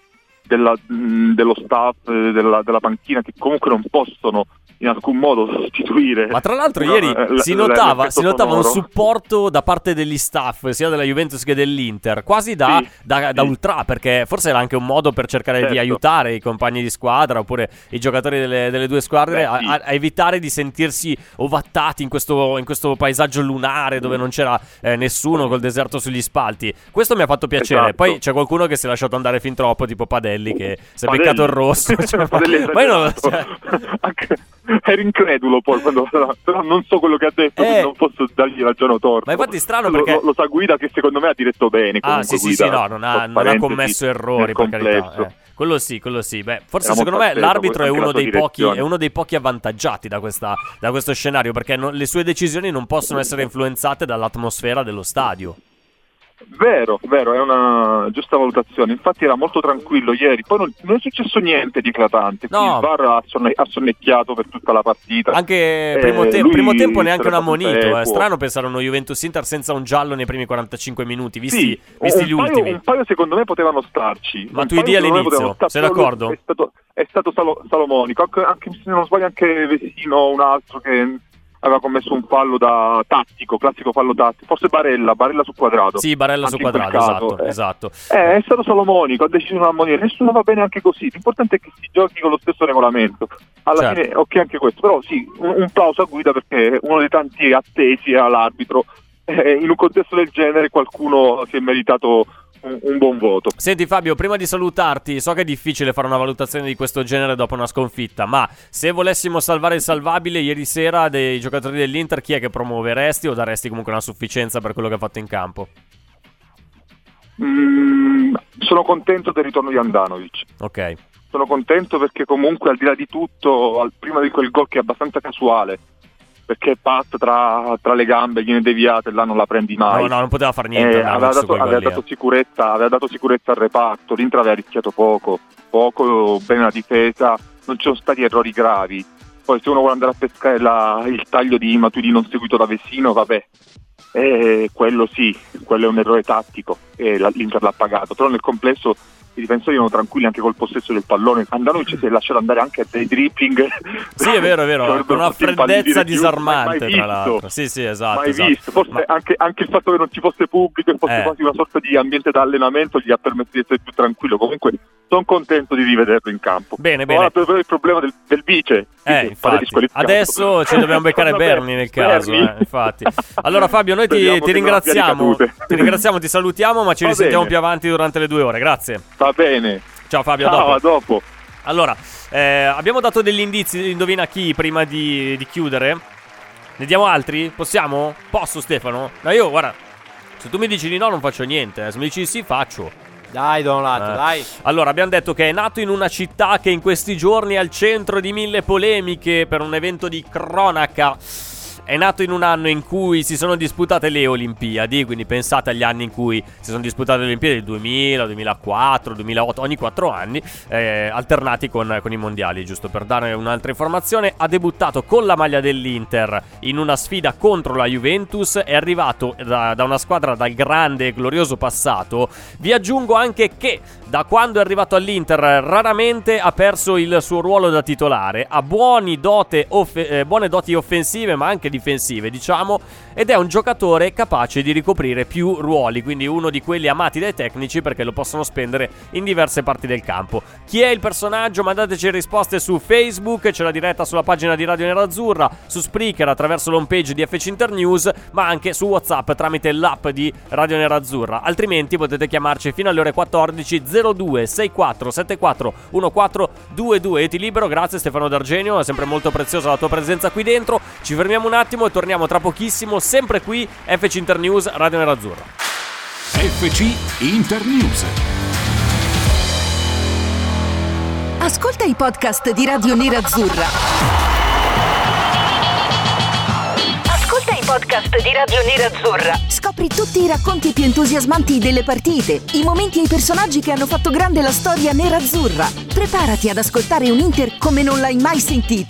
della, mh, dello staff, della, della panchina, che comunque non possono in alcun modo sostituire. Ma tra l'altro una, ieri l- si l- notava, si notava un sonoro. supporto da parte degli staff sia della Juventus che dell'Inter, quasi da, Sì, da, sì. da ultra, perché forse era anche un modo per cercare Certo. di aiutare i compagni di squadra oppure i giocatori delle, delle due squadre. Beh, sì. a, a evitare di sentirsi ovattati in questo, in questo paesaggio lunare dove non c'era eh, nessuno, col deserto sugli spalti. Questo mi ha fatto piacere. Esatto. Poi c'è qualcuno che si è lasciato andare fin troppo, tipo Padelli, che si è Padelli. beccato il rosso. Cioè, Padelli è ma io non, esagerato. cioè, Anche- ero incredulo poi quando, però non so quello che ha detto, Eh. quindi non posso dargli ragione o torto. Ma infatti è strano Lo- perché- lo, lo sa Guida, che secondo me ha diretto bene. Ah, comunque sì, sì, Guida, sì, no, non ha, tra non ha parentesi, commesso errori, nel per carità. complesso. eh. Quello sì, quello sì. Beh, forse Era secondo molto me attento, l'arbitro è anche la uno, sua dei pochi, direzione. è uno dei pochi avvantaggiati da, questa, da questo scenario, perché non- le sue decisioni non possono essere influenzate dall'atmosfera dello stadio. Vero, vero, è una giusta valutazione. Infatti era molto tranquillo ieri. Poi non, non è successo niente di eclatante. Qui No. il V A R ha, sonne- ha sonnecchiato per tutta la partita. Anche Eh, primo, te- lui primo tempo neanche un sarebbe ammonito. stato È equo. strano pensare a uno Juventus-Inter senza un giallo nei primi quarantacinque minuti, visti, Sì, visti un, gli paio, ultimi. un paio secondo me potevano starci. Ma Un tu paio idea secondo me all'inizio? potevano star- Sei però lui d'accordo? È stato, è stato Salo- Salomonico, anche, anche se non sbaglio anche Vesino, un altro che aveva commesso un fallo da tattico, classico fallo tattico, forse Barella, Barella su Quadrato. Sì, Barella su Anche in quel Quadrato, caso, esatto, eh. esatto. Eh, è stato Salomonico, ha deciso di non ammonire, nessuno va bene anche così, l'importante è che si giochi con lo stesso regolamento. Alla Certo. fine, ok anche questo, però sì, un, un plauso a Guida, perché è uno dei tanti attesi all'arbitro. Eh, in un contesto del genere qualcuno si è meritato un, un buon voto. Senti Fabio, prima di salutarti, so che è difficile fare una valutazione di questo genere dopo una sconfitta, ma se volessimo salvare il salvabile ieri sera dei giocatori dell'Inter, chi è che promuoveresti o daresti comunque una sufficienza per quello che ha fatto in campo? Mm, sono contento del ritorno di Andanovic. Ok. Sono contento perché comunque al di là di tutto, al, prima di quel gol che è abbastanza casuale, perché passa tra, tra le gambe, viene deviato e là non la prendi mai. No, no, non poteva far niente. Eh, Andanovic aveva su dato, quel gol aveva lì, dato eh. sicurezza, aveva dato sicurezza al reparto, l'Inter aveva rischiato poco, poco, bene la difesa, non ci sono stati errori gravi. Poi se uno vuole andare a pescare la, il taglio di Matuidi non seguito da Vesino, vabbè, eh, quello sì, quello è un errore tattico e la, l'Inter l'ha pagato, però nel complesso i difensori erano tranquilli anche col possesso del pallone. Andanovic si è lasciato andare anche a dei dribbling. Sì, è vero, è vero, Cioè, con una tutti i pallini freddezza di giù, disarmante, mai tra visto. l'altro. Sì, sì, esatto. Mai esatto. visto, forse Ma- anche, anche il fatto che non ci fosse pubblico e fosse Eh. quasi una sorta di ambiente da allenamento gli ha permesso di essere più tranquillo. Comunque sono contento di rivederlo in campo. Bene, Ora bene. per il problema del, del vice. Eh, Sì, infatti, squalificato. adesso ci dobbiamo beccare Vabbè, Berni nel caso, Berni. eh, infatti. Allora Fabio, noi ti, Speriamo ti che non abbia ringraziamo, ricadute. ti ringraziamo, ti salutiamo, ma ci Va risentiamo bene. più avanti durante le due ore, grazie. Va bene. Ciao Fabio, a Ciao, dopo. a dopo. Allora, eh, abbiamo dato degli indizi, indovina chi, prima di, di chiudere. Ne diamo altri? Possiamo? Posso Stefano? No, io guarda, se tu mi dici di no non faccio niente, eh. Se mi dici di sì faccio. Dai Donato, Eh. dai. Allora, abbiamo detto che è nato in una città che in questi giorni è al centro di mille polemiche per un evento di cronaca. È nato in un anno in cui si sono disputate le Olimpiadi, quindi pensate agli anni in cui si sono disputate le Olimpiadi del duemila, duemilaquattro, duemilaotto, ogni quattro anni, eh, alternati con, con i mondiali, giusto per dare un'altra informazione. Ha debuttato con la maglia dell'Inter in una sfida contro la Juventus, è arrivato da, da una squadra dal grande e glorioso passato. Vi aggiungo anche che da quando è arrivato all'Inter raramente ha perso il suo ruolo da titolare, ha buoni dote off- eh, buone doti offensive ma anche difensive, diciamo, ed è un giocatore capace di ricoprire più ruoli, quindi uno di quelli amati dai tecnici perché lo possono spendere in diverse parti del campo. Chi è il personaggio? Mandateci risposte su Facebook, c'è la diretta sulla pagina di Radio Nerazzurra, su Spreaker attraverso l'homepage di F C Internews, ma anche su WhatsApp tramite l'app di Radio Nerazzurra. Altrimenti potete chiamarci fino alle ore quattordici zero due sei quattro sette quattro uno quattro due due. E ti libero, grazie Stefano D'Argenio, è sempre molto preziosa la tua presenza qui dentro. Ci fermiamo un attimo e torniamo tra pochissimo, sempre qui F C Internews, Radio Nerazzurra. F C Internews. Ascolta i podcast di Radio Nerazzurra. Ascolta i podcast di Radio Nerazzurra. Scopri tutti i racconti più entusiasmanti delle partite, i momenti e i personaggi che hanno fatto grande la storia nerazzurra. Preparati ad ascoltare un Inter come non l'hai mai sentita.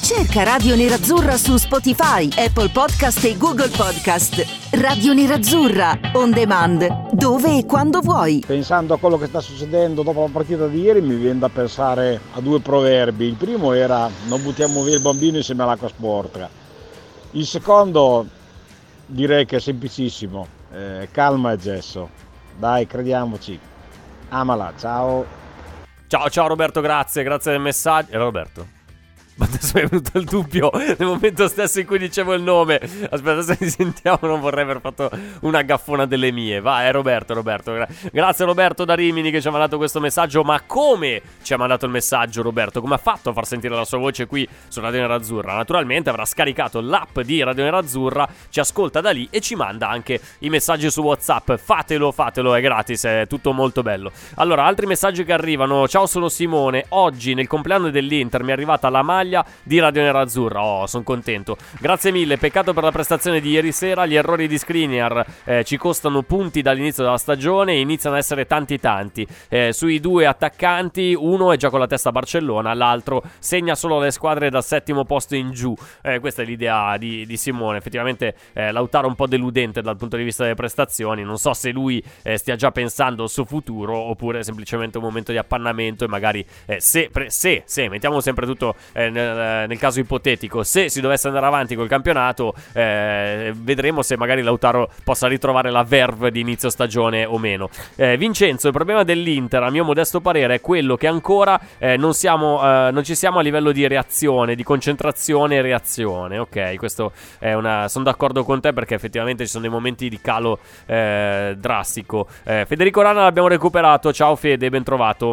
Cerca Radio Nerazzurra su Spotify, Apple Podcast e Google Podcast. Radio Nerazzurra, on demand, dove e quando vuoi. Pensando a quello che sta succedendo dopo la partita di ieri mi viene da pensare a due proverbi. Il primo era non buttiamo via il bambino insieme all'acqua sporca. Il secondo direi che è semplicissimo, eh, calma e gesso. Dai, crediamoci. Amala, ciao. Ciao, ciao Roberto, grazie, grazie del messaggio. Era Roberto? Ma adesso mi è venuto il dubbio nel momento stesso in cui dicevo il nome. Aspetta, se li sentiamo non vorrei aver fatto una gaffona delle mie. Va, è Roberto, Roberto. Gra- Grazie Roberto da Rimini che ci ha mandato questo messaggio. Ma come ci ha mandato il messaggio Roberto? Come ha fatto a far sentire la sua voce qui su Radio Nerazzurra? Naturalmente avrà scaricato l'app di Radio Nerazzurra, ci ascolta da lì e ci manda anche i messaggi su WhatsApp. Fatelo, fatelo, è gratis, è tutto molto bello. Allora, altri messaggi che arrivano. Ciao, sono Simone. Oggi nel compleanno dell'Inter mi è arrivata la maglia di Radio Nerazzurra. Oh, sono contento. Grazie mille. Peccato per la prestazione di ieri sera. Gli errori di Skriniar eh, ci costano punti dall'inizio della stagione e iniziano ad essere tanti tanti. Eh, sui due attaccanti, uno è già con la testa a Barcellona, l'altro segna solo le squadre dal settimo posto in giù. Eh, questa è l'idea di, di Simone. Effettivamente eh, Lautaro un po' deludente dal punto di vista delle prestazioni. Non so se lui eh, stia già pensando al suo futuro oppure semplicemente un momento di appannamento e magari eh, se, pre- se, se, mettiamo sempre tutto eh, nel, nel caso ipotetico, se si dovesse andare avanti col campionato, eh, vedremo se magari Lautaro possa ritrovare la verve di inizio stagione o meno. eh, Vincenzo, il problema dell'Inter a mio modesto parere è quello che ancora eh, non siamo eh, non ci siamo a livello di reazione, di concentrazione e reazione. Ok, questo è una, sono d'accordo con te perché effettivamente ci sono dei momenti di calo eh, drastico. eh, Federico Rana l'abbiamo recuperato. Ciao Fede, ben trovato.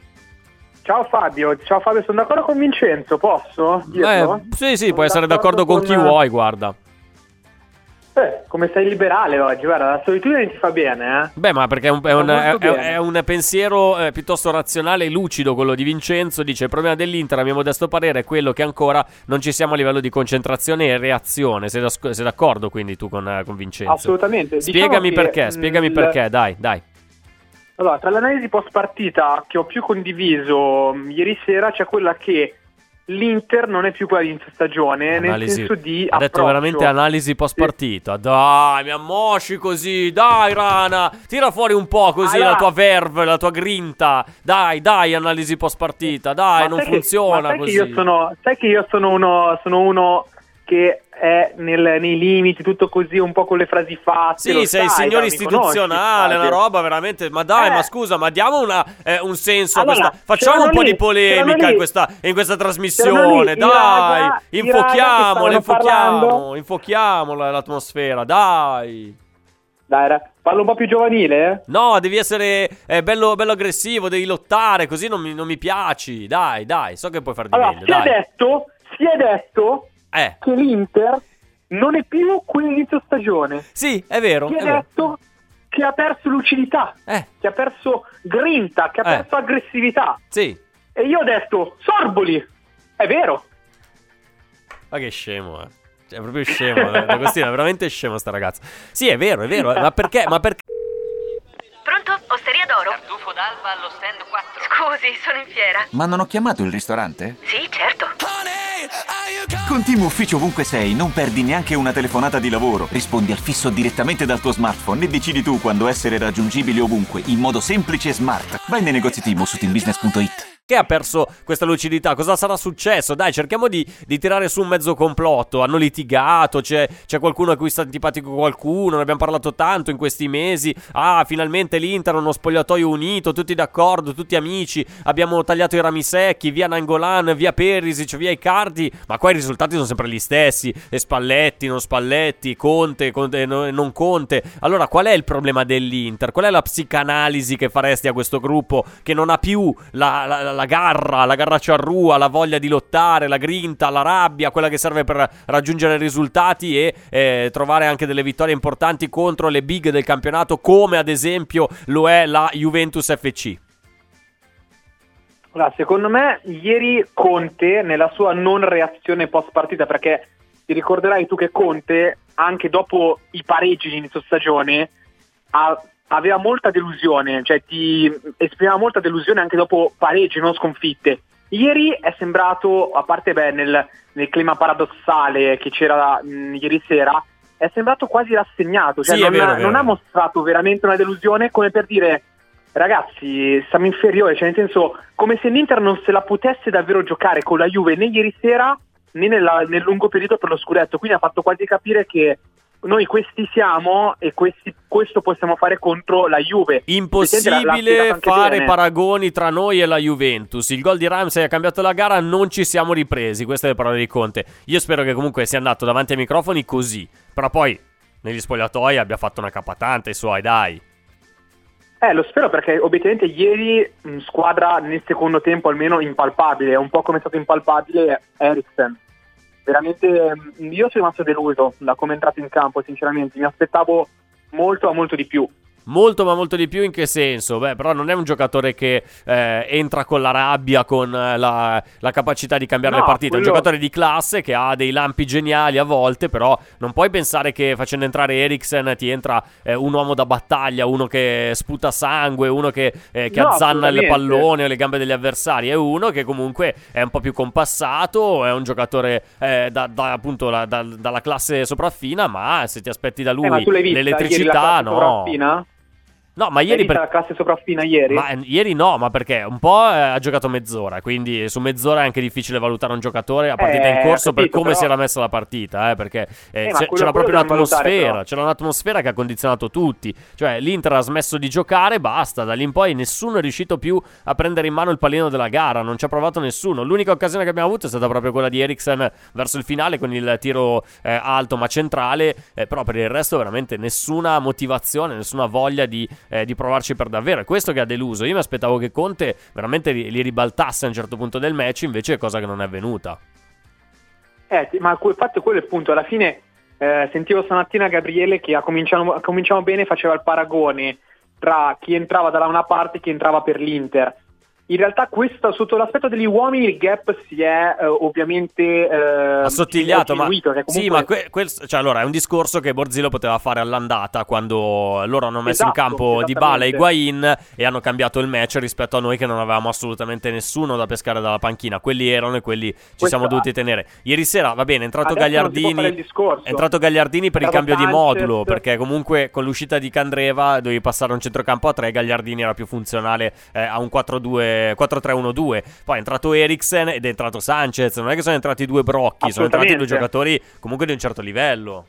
Ciao Fabio, ciao Fabio, sono d'accordo con Vincenzo, posso dirlo? Eh, sì, sì, puoi essere d'accordo con, con chi vuoi, guarda. Eh, come sei liberale oggi, guarda, la solitudine ti fa bene, eh? Beh, ma perché è un, è un, è, è, è un pensiero eh, piuttosto razionale e lucido quello di Vincenzo. Dice: il problema dell'Inter, a mio modesto parere, è quello che ancora non ci siamo a livello di concentrazione e reazione. Sei, da, sei d'accordo quindi tu con, con Vincenzo? Assolutamente. Spiegami diciamo perché, che, spiegami mh, perché, dai, dai. Allora, tra l'analisi post partita che ho più condiviso mh, ieri sera c'è quella che l'Inter non è più quella di inizio stagione, Analisi. nel senso di ha approccio. detto veramente analisi post partita. Sì. Dai, mi ammosci così. Dai Rana, tira fuori un po' così allora, la tua verve, la tua grinta. Dai, dai, analisi post partita. Dai, non funziona che, sai così. Che io sono, sai che io sono uno, sono uno che è nel, nei limiti, tutto così, un po' con le frasi fatte. Sì, sei il signore istituzionale, una roba veramente. Ma dai, eh. ma scusa, ma diamo una, eh, un senso allora, a questa. Facciamo un po' lì, di polemica in questa, in questa trasmissione. Lì, dai, raga, infochiamo, infochiamo, parlando. infochiamo l'atmosfera, dai. Dai, parlo un po' più giovanile? Eh? No, devi essere eh, bello, bello aggressivo, devi lottare, così non mi, non mi piaci. Dai, dai, so che puoi far di allora, meglio. Si dai. è detto, si è detto eh. che l'Inter non è più quell'inizio stagione. Sì, è vero. Si è, è detto vero. che ha perso lucidità, eh. che ha perso grinta, che ha eh. perso aggressività. Sì. E io ho detto, Sorboli, è vero. Ma che scemo, eh. Cioè, è proprio scemo. D'Agostino è veramente scemo sta ragazza. Sì, è vero, è vero. Ma perché? Ma perché? Pronto? Osteria d'oro? Tartufo d'alba allo stand quattro. Scusi, sono in fiera. Ma non ho chiamato il ristorante? Sì, certo. Con Team Ufficio ovunque sei non perdi neanche una telefonata di lavoro. Rispondi al fisso direttamente dal tuo smartphone e decidi tu quando essere raggiungibile ovunque, in modo semplice e smart. Vai nei negozi Team o su team business punto it. Che ha perso questa lucidità? Cosa sarà successo? Dai, cerchiamo di, di tirare su un mezzo complotto. Hanno litigato, c'è, c'è qualcuno a cui sta antipatico qualcuno, ne abbiamo parlato tanto in questi mesi. Ah, finalmente l'Inter ha uno spogliatoio unito, tutti d'accordo, tutti amici. Abbiamo tagliato i rami secchi, via Nangolan, via Perisic, via Icardi. Ma qua i risultati sono sempre gli stessi. E Spalletti, non Spalletti, Conte, Conte non Conte. Allora, qual è il problema dell'Inter? Qual è la psicanalisi che faresti a questo gruppo che non ha più la... la la garra, la garra ciarrua, la voglia di lottare, la grinta, la rabbia, quella che serve per raggiungere risultati e eh, trovare anche delle vittorie importanti contro le big del campionato, come ad esempio lo è la Juventus F C? Allora, secondo me ieri Conte, nella sua non reazione post partita, perché ti ricorderai tu che Conte, anche dopo i pareggi di inizio stagione, ha aveva molta delusione, cioè ti esprimeva molta delusione anche dopo pareggi, non sconfitte. Ieri è sembrato, a parte beh, nel, nel clima paradossale che c'era mh, ieri sera, è sembrato quasi rassegnato, cioè sì, non, è vero, ha, è vero. non ha mostrato veramente una delusione, come per dire ragazzi siamo inferiori, cioè nel senso come se l'Inter non se la potesse davvero giocare con la Juve né ieri sera né nella, nel lungo periodo per lo scudetto, quindi ha fatto quasi capire che noi questi siamo e questi, questo possiamo fare contro la Juve. Impossibile fare paragoni tra noi e la Juventus. Il gol di Ramsey ha cambiato la gara, non ci siamo ripresi. Queste sono le parole di Conte. Io spero che comunque sia andato davanti ai microfoni così, però poi negli spogliatoi abbia fatto una capatante i suoi, dai. Eh, lo spero, perché obiettivamente ieri mh, squadra nel secondo tempo almeno impalpabile, un po' come è stato impalpabile Eriksen. Veramente io sono rimasto deluso da come è entrato in campo, sinceramente mi aspettavo molto, molto di più. Molto ma molto di più in che senso? Beh, però non è un giocatore che eh, entra con la rabbia, con eh, la, la capacità di cambiare no, le partite. quello... È un giocatore di classe che ha dei lampi geniali a volte, però non puoi pensare che facendo entrare Eriksen ti entra eh, un uomo da battaglia, uno che sputa sangue, uno che, eh, che no, azzanna il pallone o le gambe degli avversari. È uno che comunque è un po' più compassato, è un giocatore eh, da, da, appunto la, da, dalla classe sopraffina, ma se ti aspetti da lui eh, ma tu l'hai vista, l'elettricità, no. Sopraffina? No, ma ieri per... la classe sopraffina ieri? Ma ieri no, ma perché un po' eh, ha giocato mezz'ora, quindi su mezz'ora è anche difficile valutare un giocatore a partita eh, in corso, capito, per come però... si era messa la partita, eh, perché eh, eh, c'è, quello, c'era proprio un'atmosfera, valutare, c'era un'atmosfera che ha condizionato tutti. Cioè l'Inter ha smesso di giocare, basta, da lì in poi nessuno è riuscito più a prendere in mano il pallino della gara, non ci ha provato nessuno. L'unica occasione che abbiamo avuto è stata proprio quella di Eriksen verso il finale con il tiro eh, alto ma centrale, eh, però per il resto veramente nessuna motivazione, nessuna voglia di, eh, di provarci per davvero. È questo che ha deluso. Io mi aspettavo che Conte veramente li, li ribaltasse a un certo punto del match, invece è cosa che non è avvenuta. Eh, ma infatti quello è il punto. Alla fine eh, sentivo stamattina Gabriele che a cominciamo, a cominciamo bene faceva il paragone tra chi entrava da una parte e chi entrava per l'Inter. In realtà questo, sotto l'aspetto degli uomini, il gap si è eh, ovviamente eh, assottigliato, ma comunque... sì, ma que- quel, cioè, allora è un discorso che Borzillo poteva fare all'andata, quando loro hanno messo esatto, in campo Dybala e Higuain e hanno cambiato il match rispetto a noi che non avevamo assolutamente nessuno da pescare dalla panchina. Quelli erano e quelli ci Questo siamo dovuti tenere. Ieri sera, va bene, è entrato Adesso Gagliardini, è entrato Gagliardini per il cambio Sanchez. di modulo, perché comunque con l'uscita di Candreva dovevi passare a un centrocampo a tre, Gagliardini era più funzionale eh, a un quattro tre uno due. Poi è entrato Eriksen ed è entrato Sanchez. Non è che sono entrati due brocchi, sono entrati due giocatori comunque di un certo livello.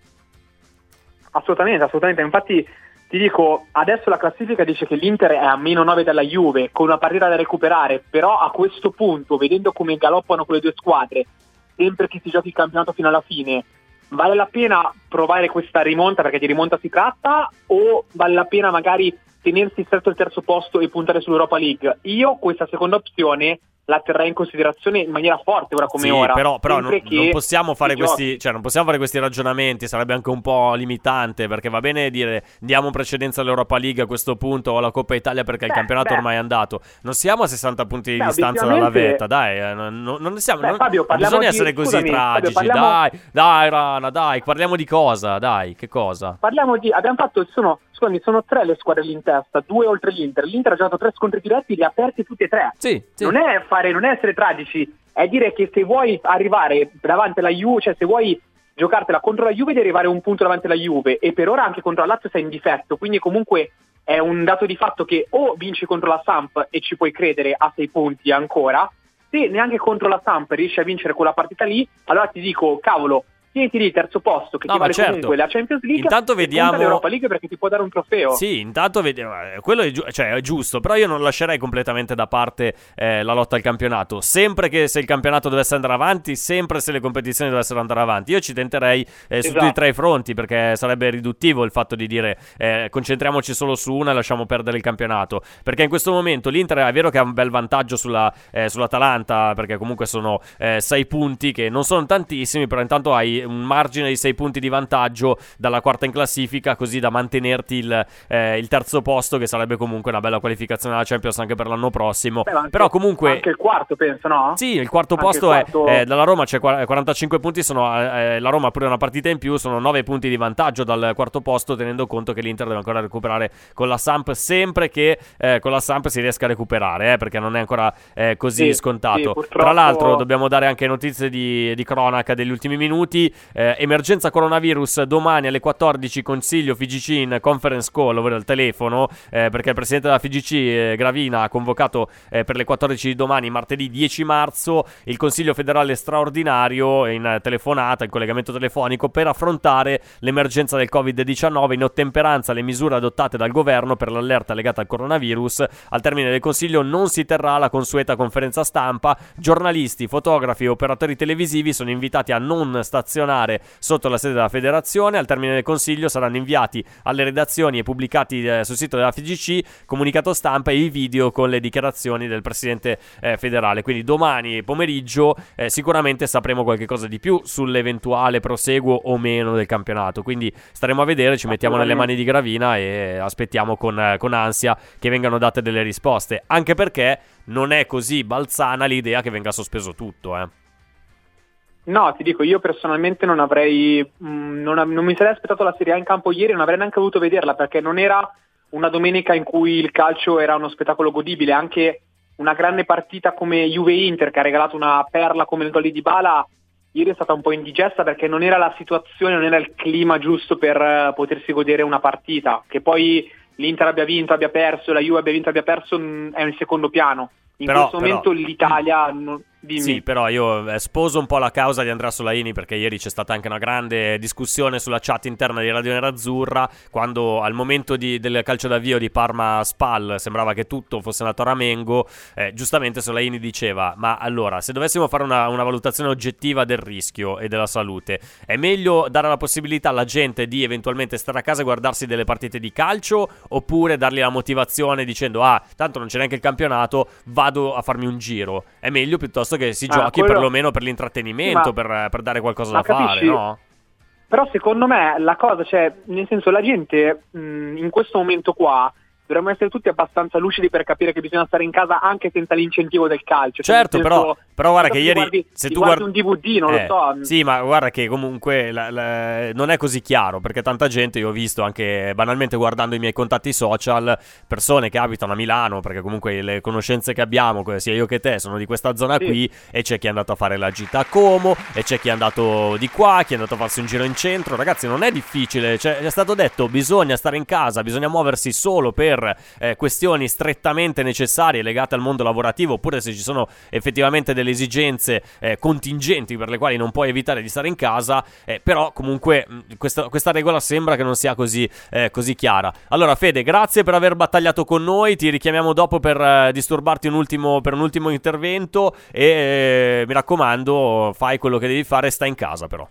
Assolutamente, assolutamente. Infatti ti dico, adesso la classifica dice che l'Inter è a meno nove dalla Juve, con una partita da recuperare, però a questo punto, vedendo come galoppano quelle due squadre, sempre che si giochi il campionato fino alla fine, vale la pena provare questa rimonta, perché di rimonta si tratta, o vale la pena magari tenersi stretto il terzo posto e puntare sull'Europa League? Io questa seconda opzione la terrei in considerazione in maniera forte ora come sì, ora. Però, però non, non possiamo fare questi, giochi. cioè non possiamo fare questi ragionamenti, sarebbe anche un po' limitante, perché va bene dire diamo precedenza all'Europa League a questo punto o alla Coppa Italia perché beh, il campionato beh. ormai è andato. Non siamo a sessanta punti di beh, distanza dalla vetta, dai, eh, non, non siamo beh, non, Fabio, non bisogna di, essere così scusami, tragici, Fabio, parliamo... dai, dai Rana, dai, parliamo di cosa, dai, che cosa? Parliamo di, abbiamo fatto, sono, scusami, sono tre le squadre lì in testa, due oltre l'Inter. L'Inter ha giocato tre scontri diretti, li ha aperti tutti e tre. Sì, sì. Non è fare, non è essere tragici, è dire che se vuoi arrivare davanti alla Juve, cioè se vuoi giocartela contro la Juve devi arrivare un punto davanti alla Juve, e per ora anche contro la Lazio sei in difetto, quindi comunque è un dato di fatto che o vinci contro la Samp e ci puoi credere a sei punti ancora, se neanche contro la Samp riesci a vincere quella partita lì, allora ti dico, cavolo, tieniti lì terzo posto che no, ti vale certo. comunque la Champions League, intanto vediamo l'Europa League perché ti può dare un trofeo. Sì, intanto vediamo, quello è, giu- cioè, è giusto, però io non lascerei completamente da parte eh, la lotta al campionato, sempre che se il campionato dovesse andare avanti, sempre se le competizioni dovessero andare avanti, io ci tenterei eh, su esatto. tutti e tre i fronti, perché sarebbe riduttivo il fatto di dire eh, concentriamoci solo su una e lasciamo perdere il campionato, perché in questo momento l'Inter è vero che ha un bel vantaggio sulla, eh, sull'Atalanta, perché comunque sono eh, sei punti che non sono tantissimi, però intanto hai un margine di sei punti di vantaggio dalla quarta in classifica, così da mantenerti il, eh, il terzo posto, che sarebbe comunque una bella qualificazione alla Champions anche per l'anno prossimo. Beh, anche, però comunque anche il quarto, penso, no? Sì, il quarto anche posto il quarto... è eh, dalla Roma c'è quarantacinque punti, sono, eh, la Roma pure una partita in più, sono nove punti di vantaggio dal quarto posto, tenendo conto che l'Inter deve ancora recuperare con la Samp, sempre che eh, con la Samp si riesca a recuperare, eh, perché non è ancora eh, così sì, scontato. Sì, purtroppo... Tra l'altro dobbiamo dare anche notizie di, di cronaca degli ultimi minuti. eh, emergenza coronavirus domani alle quattordici, consiglio F I G C in conference call, ovvero al telefono, eh, perché il presidente della F I G C eh, Gravina ha convocato eh, per le quattordici di domani, martedì dieci marzo, il consiglio federale straordinario in telefonata, in collegamento telefonico, per affrontare l'emergenza del covid diciannove in ottemperanza alle misure adottate dal governo per l'allerta legata al coronavirus. Al termine del consiglio non si terrà la consueta conferenza stampa. Giornalisti, fotografi e operatori televisivi sono invitati a non stazionare sotto la sede della federazione. Al termine del consiglio saranno inviati alle redazioni e pubblicati eh, sul sito della F I G C comunicato stampa e i video con le dichiarazioni del presidente eh, federale. Quindi domani pomeriggio eh, sicuramente sapremo qualche cosa di più sull'eventuale proseguo o meno del campionato. Quindi staremo a vedere, ci mettiamo nelle mani di Gravina e aspettiamo con, eh, con ansia che vengano date delle risposte, anche perché non è così balzana l'idea che venga sospeso tutto, eh. No, ti dico, io personalmente non avrei mh, non, non mi sarei aspettato la Serie A in campo ieri, non avrei neanche voluto vederla, perché non era una domenica in cui il calcio era uno spettacolo godibile. Anche una grande partita come Juve-Inter, che ha regalato una perla come il gol di Dybala, ieri è stata un po' indigesta, perché non era la situazione, non era il clima giusto per uh, potersi godere una partita. Che poi l'Inter abbia vinto, abbia perso, la Juve abbia vinto, abbia perso, mh, è in secondo piano. In però, questo momento però... l'Italia... Non... Dimmi. Sì, però io eh, sposo un po' la causa di Andrea Solaini, perché ieri c'è stata anche una grande discussione sulla chat interna di Radio Nerazzurra, quando al momento di, del calcio d'avvio di Parma-Spal sembrava che tutto fosse andato a ramengo. eh, giustamente Solaini diceva: ma allora, se dovessimo fare una, una valutazione oggettiva del rischio e della salute, è meglio dare la possibilità alla gente di eventualmente stare a casa e guardarsi delle partite di calcio, oppure dargli la motivazione dicendo: ah, tanto non c'è neanche il campionato, vado a farmi un giro? È meglio piuttosto che si ah, giochi quello... perlomeno per l'intrattenimento, sì, ma... per, per dare qualcosa ma da capisci? fare, no? Però secondo me la cosa, cioè, nel senso, la gente mh, in questo momento qua dovremmo essere tutti abbastanza lucidi per capire che bisogna stare in casa anche senza l'incentivo del calcio. Certo, cioè, però, senso, però guarda che ieri guardi, se ti tu guardi guardi un D V D, non eh, lo so. Sì, ma guarda che comunque la, la, non è così chiaro, perché tanta gente, io ho visto anche banalmente guardando i miei contatti social, persone che abitano a Milano, perché comunque le conoscenze che abbiamo, sia io che te, sono di questa zona sì. qui, e c'è chi è andato a fare la gita a Como, e c'è chi è andato di qua, chi è andato a farsi un giro in centro. Ragazzi, non è difficile, cioè, è stato detto, bisogna stare in casa, bisogna muoversi solo per eh, questioni strettamente necessarie legate al mondo lavorativo, oppure se ci sono effettivamente delle esigenze eh, contingenti per le quali non puoi evitare di stare in casa, eh, però comunque mh, questa, questa regola sembra che non sia così, eh, così chiara. Allora Fede, grazie per aver battagliato con noi, ti richiamiamo dopo per eh, disturbarti un ultimo, per un ultimo intervento e eh, mi raccomando, fai quello che devi fare, stai in casa però.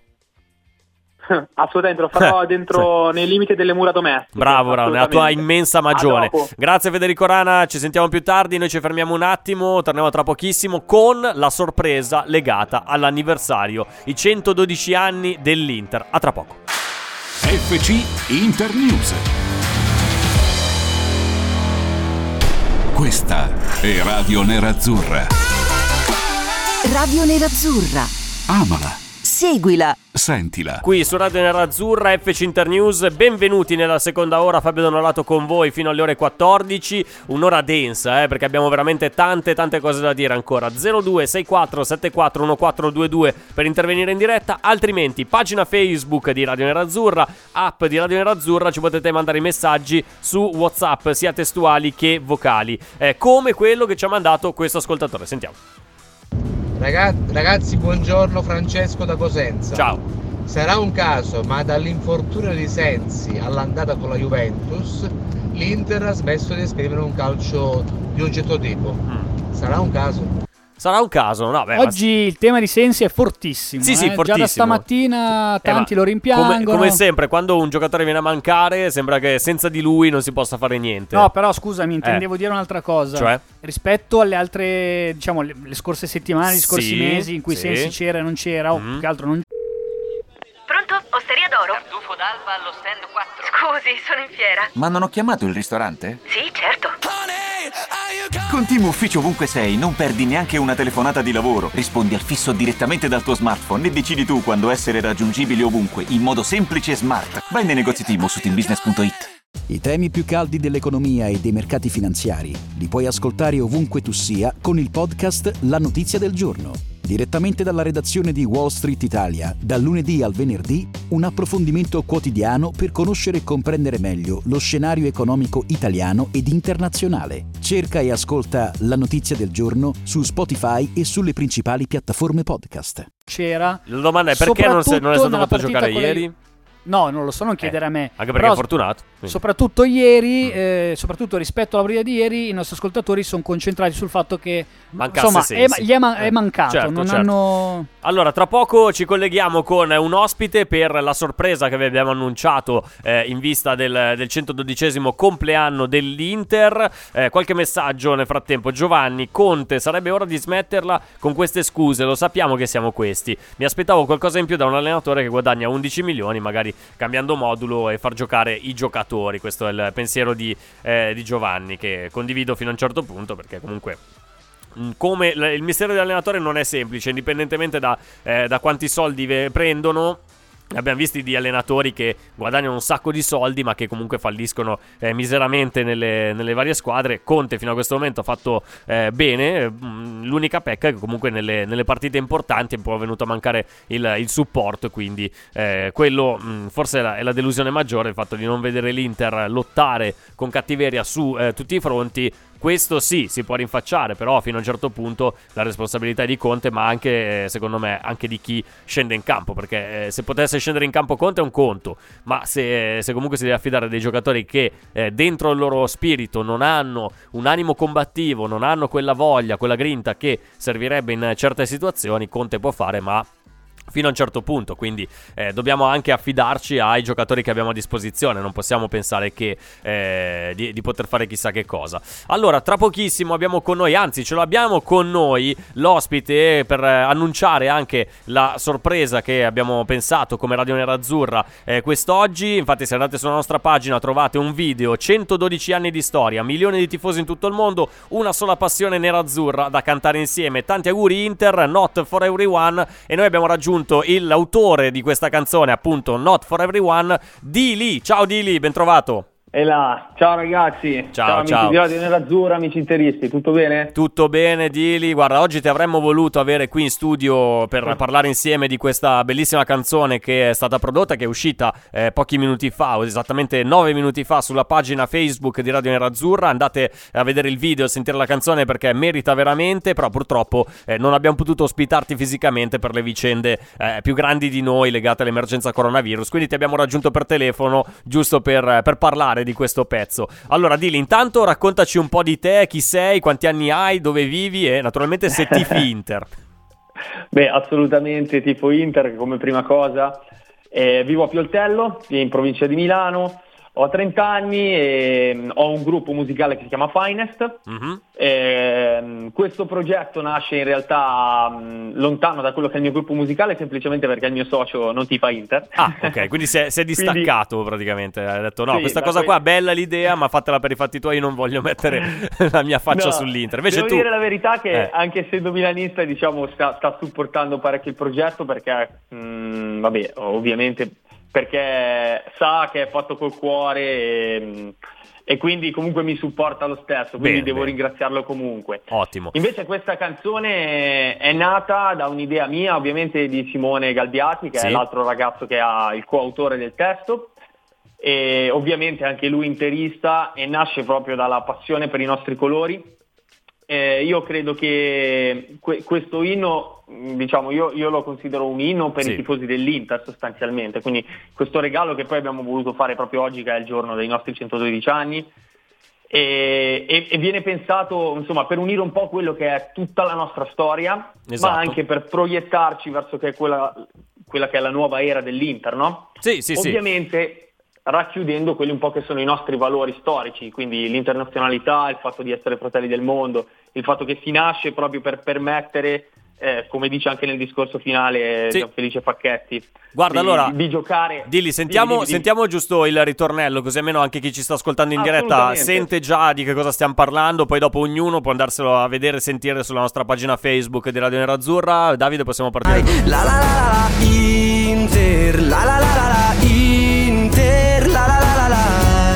Assolutamente, lo farò dentro sì. nei limiti delle mura domestiche. Bravo, bravo, nella tua immensa magione. Grazie Federico Rana, ci sentiamo più tardi. Noi ci fermiamo un attimo, torniamo tra pochissimo con la sorpresa legata all'anniversario, i centododici anni dell'Inter. A tra poco. F C Inter News. Questa è Radio Nerazzurra. Radio Nerazzurra. Amala. Seguila. Sentila. Qui su Radio Nerazzurra, F C Inter News. Benvenuti nella seconda ora, Fabio Donolato con voi fino alle ore quattordici. Un'ora densa, eh, perché abbiamo veramente tante tante cose da dire ancora. Zero due sei quattro sette quattro uno quattro due due per intervenire in diretta. Altrimenti pagina Facebook di Radio Nerazzurra, app di Radio Nerazzurra, ci potete mandare i messaggi su WhatsApp, sia testuali che vocali, eh, come quello che ci ha mandato questo ascoltatore. Sentiamo. Ragazzi, buongiorno, Francesco da Cosenza. Ciao. Sarà un caso, ma dall'infortunio di Sensi all'andata con la Juventus, l'Inter ha smesso di esprimere un calcio di un certo tipo. Mm. Sarà un caso? Sarà un caso, no? Beh, oggi ma... il tema di Sensi è fortissimo. Sì, eh? sì, fortissimo. Già da stamattina tanti eh, lo rimpiangono. Come, come sempre, quando un giocatore viene a mancare, sembra che senza di lui non si possa fare niente. No, però scusami, intendevo eh. dire un'altra cosa. Cioè? Rispetto alle altre, diciamo, le, le scorse settimane, gli scorsi sì, mesi in cui sì. Sensi c'era e non c'era, mm. o più che altro non. d'oro. Tartufo d'alba allo stand quattro. Scusi, sono in fiera. Ma non ho chiamato il ristorante? Sì, certo. Con Team Ufficio ovunque sei non perdi neanche una telefonata di lavoro. Rispondi al fisso direttamente dal tuo smartphone e decidi tu quando essere raggiungibile ovunque, in modo semplice e smart. Vai nei negozi Team o su team business punto it. I temi più caldi dell'economia e dei mercati finanziari li puoi ascoltare ovunque tu sia con il podcast La Notizia del Giorno. Direttamente dalla redazione di Wall Street Italia, dal lunedì al venerdì, un approfondimento quotidiano per conoscere e comprendere meglio lo scenario economico italiano ed internazionale. Cerca e ascolta La Notizia del Giorno su Spotify e sulle principali piattaforme podcast. C'era. La domanda è perché non, se, non è stato fatto giocare ieri? Di... No, non lo so, non chiedere eh, a me. Anche perché è fortunato. Quindi. Soprattutto ieri, mm. eh, soprattutto rispetto alla partita di ieri, i nostri ascoltatori sono concentrati sul fatto che mancasse insomma Sensi. È, gli è, man- è mancato. Certo, non certo. hanno. Allora, tra poco ci colleghiamo con un ospite per la sorpresa che vi abbiamo annunciato eh, in vista del, del centododicesimo compleanno dell'Inter. Eh, qualche messaggio nel frattempo. Giovanni, Conte, sarebbe ora di smetterla con queste scuse, lo sappiamo che siamo questi. Mi aspettavo qualcosa in più da un allenatore che guadagna undici milioni, magari cambiando modulo e far giocare i giocatori. Questo è il pensiero di, eh, di Giovanni, che condivido fino a un certo punto, perché comunque come il mestiere dell'allenatore non è semplice, indipendentemente da, eh, da quanti soldi ve- prendono. Abbiamo visti di allenatori che guadagnano un sacco di soldi ma che comunque falliscono eh, miseramente nelle, nelle varie squadre. Conte fino a questo momento ha fatto eh, bene, l'unica pecca è che comunque nelle, nelle partite importanti è un po' venuto a mancare il, il supporto, quindi eh, quello mh, forse è la, è la delusione maggiore, il fatto di non vedere l'Inter lottare con cattiveria su eh, tutti i fronti. Questo sì, si può rinfacciare, però fino a un certo punto la responsabilità è di Conte, ma anche, secondo me, anche di chi scende in campo, perché eh, se potesse scendere in campo Conte è un conto, ma se, se comunque si deve affidare a dei giocatori che eh, dentro il loro spirito non hanno un animo combattivo, non hanno quella voglia, quella grinta che servirebbe in certe situazioni, Conte può fare, ma fino a un certo punto, quindi eh, dobbiamo anche affidarci ai giocatori che abbiamo a disposizione, non possiamo pensare che eh, di, di poter fare chissà che cosa. Allora, tra pochissimo abbiamo con noi, anzi ce l'abbiamo con noi, l'ospite per eh, annunciare anche la sorpresa che abbiamo pensato come Radio Nerazzurra eh, quest'oggi. Infatti se andate sulla nostra pagina trovate un video, centododici anni di storia, milioni di tifosi in tutto il mondo, una sola passione nerazzurra da cantare insieme. Tanti auguri Inter, Not for Everyone, e noi abbiamo raggiunto l'autore di questa canzone, appunto Not for Everyone, Dili. Ciao Dili, ben trovato. E là, ciao ragazzi, ciao, ciao, ciao. Amici di Radio Nerazzurra, amici interisti, tutto bene? Tutto bene Dili, guarda, oggi ti avremmo voluto avere qui in studio per mm. parlare insieme di questa bellissima canzone che è stata prodotta, che è uscita eh, pochi minuti fa, o esattamente nove minuti fa, sulla pagina Facebook di Radio Nerazzurra. Andate a vedere il video, a sentire la canzone perché merita veramente, però purtroppo eh, non abbiamo potuto ospitarti fisicamente per le vicende eh, più grandi di noi legate all'emergenza coronavirus, quindi ti abbiamo raggiunto per telefono giusto per, per parlare di questo pezzo. Allora Dili, intanto raccontaci un po' di te, chi sei, quanti anni hai, dove vivi e naturalmente se tifi Inter. Beh, assolutamente tifo Inter come prima cosa. Eh, vivo a Pioltello, in provincia di Milano. Ho trenta anni e ho un gruppo musicale che si chiama Finest. Mm-hmm. E questo progetto nasce in realtà mh, lontano da quello che è il mio gruppo musicale, semplicemente perché il mio socio non tifa Inter. Ah, ok, quindi si è, si è distaccato quindi, praticamente. Hai detto no, sì, questa cosa que- qua, bella l'idea, ma fatela per i fatti tuoi, non voglio mettere la mia faccia no, sull'Inter. Invece devo tu... dire la verità che eh. anche essendo milanista, diciamo, sta, sta supportando parecchio il progetto perché, mh, vabbè, ovviamente... perché sa che è fatto col cuore e, e quindi comunque mi supporta lo stesso, quindi bene, devo bene. ringraziarlo comunque. Ottimo. Invece questa canzone è nata da un'idea mia, ovviamente di Simone Galbiati, che sì. è l'altro ragazzo che ha il coautore del testo, e ovviamente anche lui interista, e nasce proprio dalla passione per i nostri colori. Eh, io credo che que- questo inno, diciamo, io, io lo considero un inno per sì. i tifosi dell'Inter sostanzialmente, quindi questo regalo che poi abbiamo voluto fare proprio oggi, che è il giorno dei nostri centododici anni, e, e, e viene pensato, insomma, per unire un po' quello che è tutta la nostra storia, esatto. ma anche per proiettarci verso che è quella, quella che è la nuova era dell'Inter, no? Sì, sì, ovviamente sì. racchiudendo quelli un po' che sono i nostri valori storici, quindi l'internazionalità, il fatto di essere fratelli del mondo, il fatto che si nasce proprio per permettere eh, come dice anche nel discorso finale Sì. Gianfelice Facchetti, Guarda, di, allora, di giocare. Dilli, sentiamo, Di- di- di- sentiamo giusto il ritornello, così almeno anche chi ci sta ascoltando in diretta Assolutamente. sente già di che cosa stiamo parlando. Poi dopo ognuno può andarselo a vedere e sentire sulla nostra pagina Facebook di Radio Nerazzurra. Davide, possiamo partire. La la la la la Inter, la la la la la Inter, la la la la la.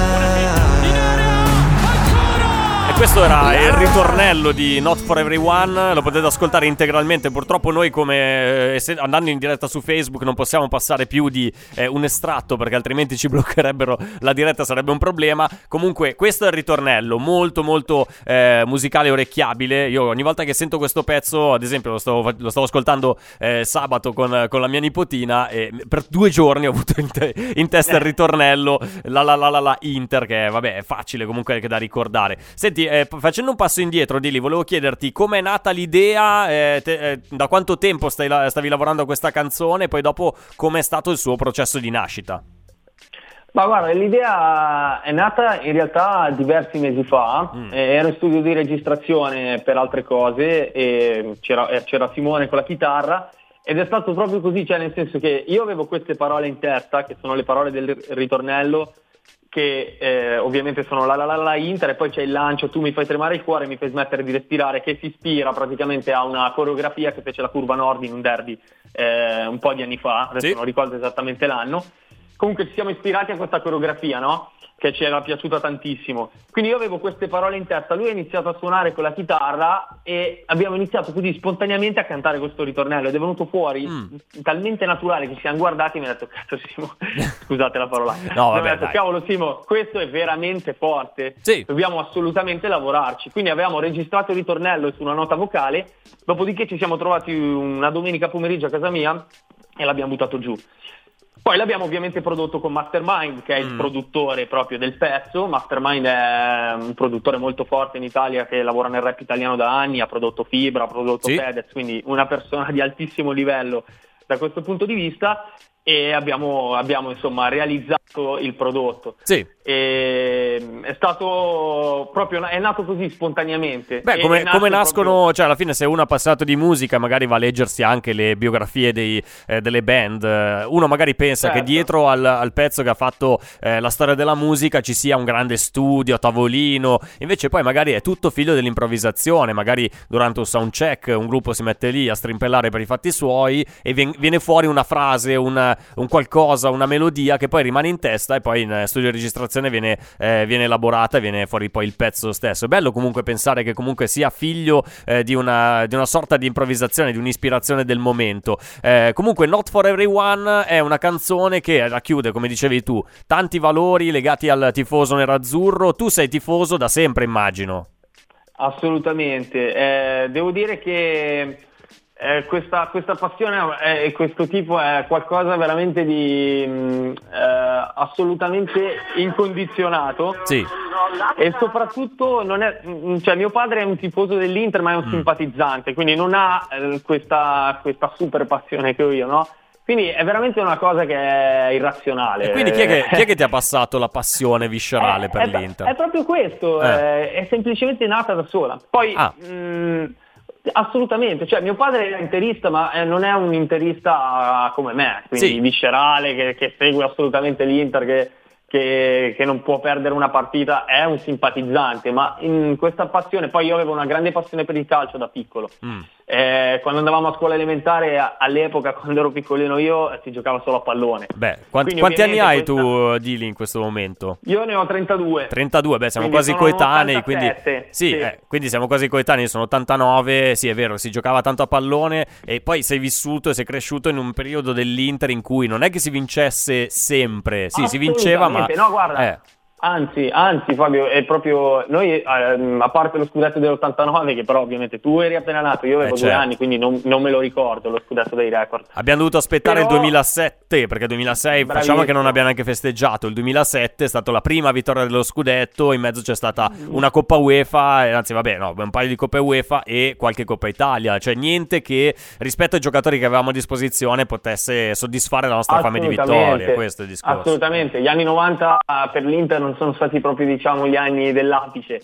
E questo era il ritornello di Not For Everyone, lo potete ascoltare integralmente. Purtroppo noi, come eh, se- andando in diretta su Facebook, non possiamo passare più di eh, un estratto, perché altrimenti ci bloccherebbero la diretta, sarebbe un problema. Comunque questo è il ritornello, molto molto eh, musicale e orecchiabile. Io ogni volta che sento questo pezzo, ad esempio lo stavo, lo stavo ascoltando eh, sabato con, con la mia nipotina, e per due giorni ho avuto in, te- in testa il ritornello la la la la la Inter, che vabbè è facile comunque anche da ricordare. Senti, eh, facendo un passo indietro, Dili, volevo chiederti com'è nata l'idea, eh, te- eh, da quanto tempo stai la- stavi lavorando a questa canzone, e poi dopo com'è stato il suo processo di nascita. Ma guarda, l'idea è nata in realtà diversi mesi fa, Mm. eh, ero in studio di registrazione per altre cose e c'era, eh, c'era Simone con la chitarra, ed è stato proprio così, cioè nel senso che io avevo queste parole in testa, che sono le parole del ritornello, che eh, ovviamente sono la la la la Inter, e poi c'è il lancio tu mi fai tremare il cuore, mi fai smettere di respirare, che si ispira praticamente a una coreografia che fece la Curva Nord in un derby eh, un po' di anni fa, adesso Sì. non ricordo esattamente l'anno. Comunque ci siamo ispirati a questa coreografia, no? Che ci era piaciuta tantissimo. Quindi io avevo queste parole in testa, lui ha iniziato a suonare con la chitarra e abbiamo iniziato così spontaneamente a cantare questo ritornello, ed è venuto fuori Mm. talmente naturale che ci siamo guardati e mi ha detto cazzo Simo, scusate la parola, No, mi vabbè, ha detto dai. cavolo Simo, questo è veramente forte, Sì. dobbiamo assolutamente lavorarci. Quindi avevamo registrato il ritornello su una nota vocale, dopodiché ci siamo trovati una domenica pomeriggio a casa mia e l'abbiamo buttato giù. Poi l'abbiamo ovviamente prodotto con Mastermind, che è il Mm. produttore proprio del pezzo. Mastermind è un produttore molto forte in Italia che lavora nel rap italiano da anni, ha prodotto Fibra, ha prodotto Sì. Fedez, quindi una persona di altissimo livello da questo punto di vista, e abbiamo, abbiamo insomma realizzato il prodotto. Sì. E è stato proprio, è nato così spontaneamente. Beh, E come, nasce come nascono, proprio- cioè alla fine se uno è appassionato di musica magari va a leggersi anche le biografie dei, eh, delle band, eh, uno magari pensa Certo. che dietro al, al pezzo che ha fatto eh, la storia della musica ci sia un grande studio a tavolino, invece poi magari è tutto figlio dell'improvvisazione, magari durante un soundcheck un gruppo si mette lì a strimpellare per i fatti suoi e vien- viene fuori una frase, una, un qualcosa, una melodia che poi rimane in testa e poi in eh, studio di registrazione viene, eh, viene elaborata e viene fuori poi il pezzo stesso. È bello comunque pensare che comunque sia figlio eh, di, una, di una sorta di improvvisazione, di un'ispirazione del momento. Eh, comunque Not For Everyone è una canzone che racchiude, come dicevi tu, tanti valori legati al tifoso nerazzurro. Tu sei tifoso da sempre, immagino. Assolutamente, eh, devo dire che eh, questa, questa passione e eh, questo tipo è qualcosa veramente di mh, eh, assolutamente incondizionato. Sì. E soprattutto non è, mh, cioè mio padre è un tifoso dell'Inter ma è un Mm. simpatizzante, quindi non ha eh, questa, questa super passione che ho io, no? Quindi è veramente una cosa che è irrazionale. E quindi chi è che, chi è che ti ha passato la passione viscerale Eh, per è, l'Inter? È proprio questo, Eh. eh, è semplicemente nata da sola. Poi, Ah. mh, assolutamente, cioè mio padre è interista, ma eh, non è un interista come me, quindi Sì. viscerale, che, che segue assolutamente l'Inter, che, che, che non può perdere una partita, è un simpatizzante, ma in questa passione, poi io avevo una grande passione per il calcio da piccolo. Mm. Eh, quando andavamo a scuola elementare, a- all'epoca, quando ero piccolino io, eh, si giocava solo a pallone. Beh, quanti, Quindi, quanti anni hai ovviamente, tu, Dili, in questo momento? Io ne ho trentadue. trentadue, beh, siamo Quindi quasi sono coetanei, quindi ottantasette, sì, sì. eh, quindi siamo quasi coetanei, io sono ottantanove, sì, è vero, si giocava tanto a pallone e poi sei vissuto e sei cresciuto in un periodo dell'Inter in cui non è che si vincesse sempre, sì, si vinceva, ma Assolutamente, no, guarda, eh, Anzi, anzi Fabio, è proprio noi, ehm, a parte lo scudetto dell'ottantanove, che però ovviamente tu eri appena nato, io avevo Eh, due certo. anni, quindi non, non me lo ricordo lo scudetto dei record. abbiamo dovuto aspettare Però- il duemilasette, perché duemilasei facciamo che non Bravissimo. abbiamo neanche festeggiato. Il duemilasette è stata la prima vittoria dello scudetto, in mezzo c'è stata una Coppa UEFA, e anzi vabbè no, un paio di Coppe UEFA e qualche Coppa Italia, cioè niente che rispetto ai giocatori che avevamo a disposizione potesse soddisfare la nostra fame di vittorie, questo è il discorso. Assolutamente, gli anni novanta per l'Inter non sono stati proprio diciamo gli anni dell'apice,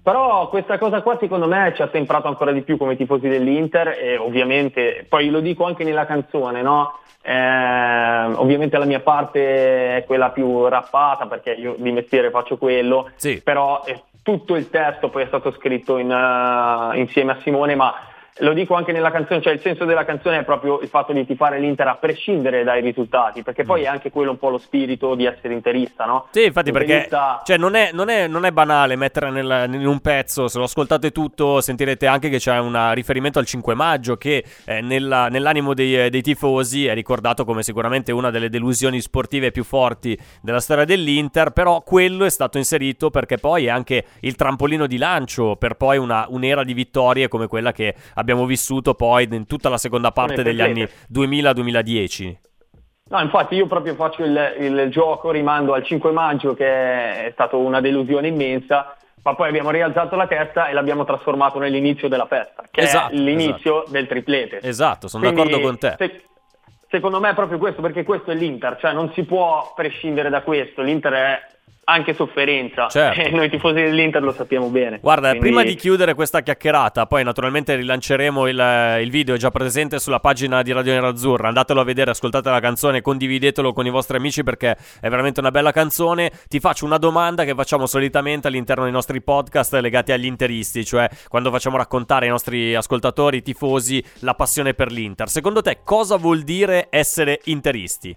Però questa cosa qua secondo me ci ha temprato ancora di più come tifosi dell'Inter, e ovviamente, poi lo dico anche nella canzone, no? Eh, ovviamente la mia parte è quella più rappata, perché io di mestiere faccio quello, sì. Però eh, tutto il testo poi è stato scritto in, uh, insieme a Simone, ma lo dico anche nella canzone, cioè il senso della canzone è proprio il fatto di tifare l'Inter a prescindere dai risultati, perché poi è anche quello un po' lo spirito di essere interista, no? Sì, infatti, interista... perché cioè, non, è, non, è, non è banale mettere nel, in un pezzo, se lo ascoltate tutto sentirete anche che c'è un riferimento al cinque maggio che eh, nella, nell'animo dei, dei tifosi è ricordato come sicuramente una delle delusioni sportive più forti della storia dell'Inter, però quello è stato inserito perché poi è anche il trampolino di lancio per poi una, un'era di vittorie come quella che abbiamo vissuto poi in tutta la seconda parte degli anni duemila duemiladieci. No, infatti io proprio faccio il, il gioco, rimando al cinque maggio che è stato una delusione immensa, ma poi abbiamo rialzato la testa e l'abbiamo trasformato nell'inizio della festa, che esatto, è l'inizio esatto. del triplete. Esatto, sono Quindi, d'accordo con te. Se, secondo me è proprio questo, perché questo è l'Inter, cioè non si può prescindere da questo, l'Inter è anche sofferenza, certo. E noi tifosi dell'Inter lo sappiamo bene. Guarda, Quindi... prima di chiudere questa chiacchierata, poi naturalmente rilanceremo il, il video, è già presente sulla pagina di Radio Nerazzurra, andatelo a vedere, ascoltate la canzone, condividetelo con i vostri amici perché è veramente una bella canzone. Ti faccio una domanda che facciamo solitamente all'interno dei nostri podcast legati agli interisti, cioè quando facciamo raccontare ai nostri ascoltatori, tifosi, la passione per l'Inter. Secondo te cosa vuol dire essere interisti?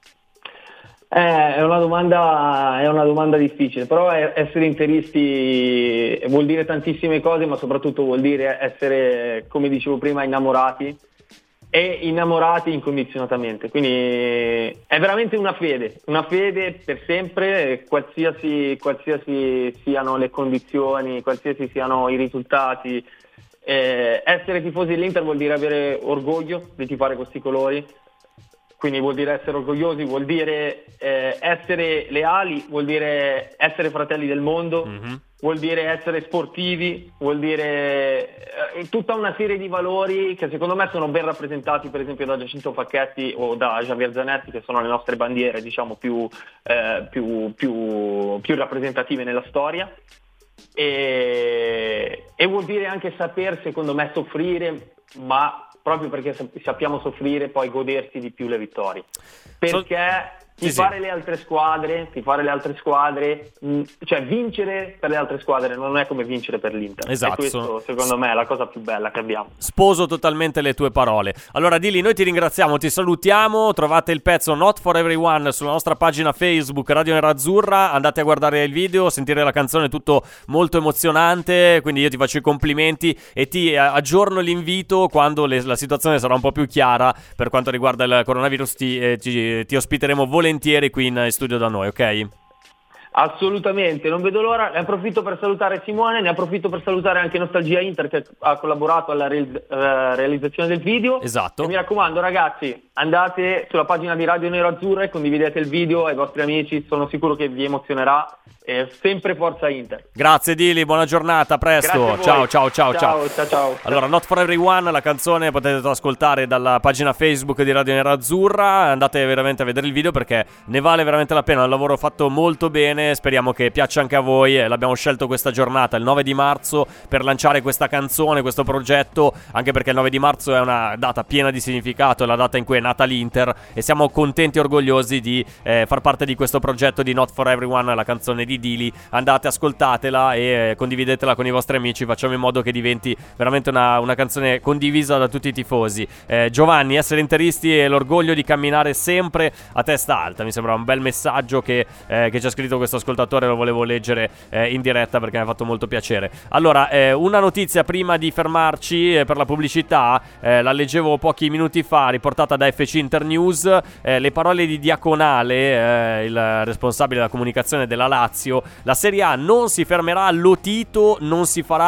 Eh, è una domanda, è una domanda difficile, però essere interisti vuol dire tantissime cose, ma soprattutto vuol dire essere, come dicevo prima, innamorati e innamorati incondizionatamente. Quindi è veramente una fede, una fede per sempre, qualsiasi, qualsiasi siano le condizioni, qualsiasi siano i risultati. Eh, essere tifosi dell'Inter vuol dire avere orgoglio di tifare questi colori. Quindi vuol dire essere orgogliosi, vuol dire eh, essere leali, vuol dire essere fratelli del mondo, mm-hmm. vuol dire essere sportivi, vuol dire eh, tutta una serie di valori che secondo me sono ben rappresentati per esempio da Giacinto Facchetti o da Javier Zanetti, che sono le nostre bandiere diciamo più, eh, più, più, più rappresentative nella storia. E, e vuol dire anche saper secondo me soffrire, ma proprio perché sappiamo soffrire, poi godersi di più le vittorie, perché tifare sì, sì. le altre squadre, tifare le altre squadre, mh, cioè vincere per le altre squadre non è come vincere per l'Inter. Esatto. E questo secondo me è la cosa più bella che abbiamo. Sposo totalmente le tue parole. Allora Dili, noi ti ringraziamo, ti salutiamo, trovate il pezzo Not For Everyone sulla nostra pagina Facebook Radio Nerazzurra, andate a guardare il video, sentire la canzone, tutto molto emozionante, quindi io ti faccio i complimenti e ti aggiorno l'invito quando le, la situazione sarà un po' più chiara per quanto riguarda il coronavirus, ti, eh, ti, ti ospiteremo volentieri qui in studio da noi, ok? Assolutamente, non vedo l'ora. Ne approfitto per salutare Simone, ne approfitto per salutare anche Nostalgia Inter che ha collaborato alla real- uh, realizzazione del video. Esatto. E mi raccomando ragazzi, andate sulla pagina di Radio Nerazzurra e condividete il video ai vostri amici, sono sicuro che vi emozionerà. E sempre forza Inter. Grazie Dili, buona giornata, a presto. Ciao, ciao, ciao, ciao, ciao, ciao. Allora, Not For Everyone, la canzone potete ascoltare dalla pagina Facebook di Radio Nerazzurra. Andate veramente a vedere il video perché ne vale veramente la pena, è un lavoro fatto molto bene. Speriamo che piaccia anche a voi. L'abbiamo scelto questa giornata, il nove di marzo, per lanciare questa canzone, questo progetto, anche perché il nove di marzo è una data piena di significato, è la data in cui è nata l'Inter e siamo contenti e orgogliosi di eh, far parte di questo progetto di Not For Everyone, la canzone di Dili. Andate, ascoltatela e condividetela con i vostri amici, facciamo in modo che diventi veramente una, una canzone condivisa da tutti i tifosi. eh, Giovanni, essere interisti e l'orgoglio di camminare sempre a testa alta, mi sembra un bel messaggio che, eh, che ci ha scritto questo ascoltatore, lo volevo leggere eh, in diretta perché mi ha fatto molto piacere. Allora, eh, una notizia prima di fermarci eh, per la pubblicità, eh, la leggevo pochi minuti fa, riportata da F C Internews, eh, le parole di Diaconale, eh, il responsabile della comunicazione della Lazio: la Serie A non si fermerà, Lotito non si farà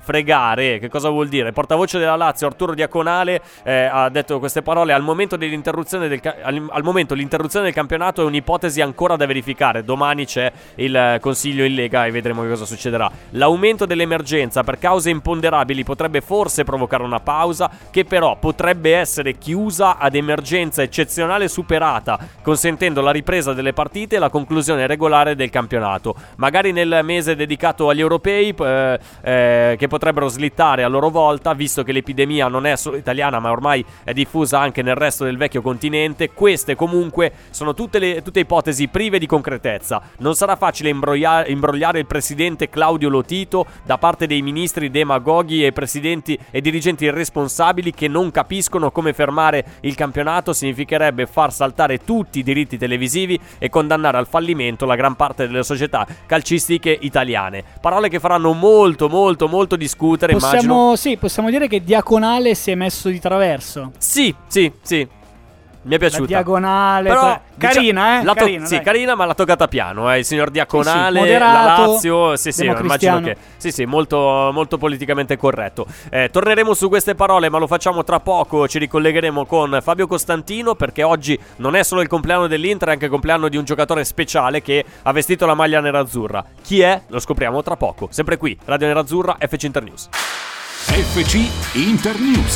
fregare. Che cosa vuol dire? Portavoce della Lazio Arturo Diaconale eh, ha detto queste parole: al momento dell'interruzione del ca- al, al momento l'interruzione del campionato è un'ipotesi ancora da verificare. Domani c'è il consiglio in Lega e vedremo che cosa succederà. L'aumento dell'emergenza per cause imponderabili potrebbe forse provocare una pausa, che però potrebbe essere chiusa ad emergenza eccezionale superata, consentendo la ripresa delle partite e la conclusione regolare del campionato, magari nel mese dedicato agli europei, eh, eh, che potrebbero slittare a loro volta, visto che l'epidemia non è solo italiana ma ormai è diffusa anche nel resto del vecchio continente. Queste comunque sono tutte, le, tutte ipotesi prive di concretezza. Non sarà facile imbrogliare, imbrogliare il presidente Claudio Lotito da parte dei ministri demagoghi e presidenti e dirigenti irresponsabili che non capiscono come fermare il campionato. Significherebbe far saltare tutti i diritti televisivi e condannare al fallimento la gran parte delle società calcistiche italiane. Parole che faranno molto molto molto discutere. Possiamo, immagino. sì, possiamo dire che Diaconale si è messo di traverso. Sì, sì, sì. Mi è piaciuta. La diagonale, però, tra... carina, diciamo, eh? la to- carina, sì, dai. carina, ma l'ha toccata piano. Eh. Il signor Diaconale, sì, sì, moderato, la Lazio. Sì, sì, immagino che. Sì, sì, molto, molto politicamente corretto. Eh, torneremo su queste parole, ma lo facciamo tra poco. Ci ricollegheremo con Fabio Costantino, perché oggi non è solo il compleanno dell'Inter, è anche il compleanno di un giocatore speciale che ha vestito la maglia nerazzurra. Chi è? Lo scopriamo tra poco. Sempre qui, Radio Nerazzurra, F C Internews. F C Internews.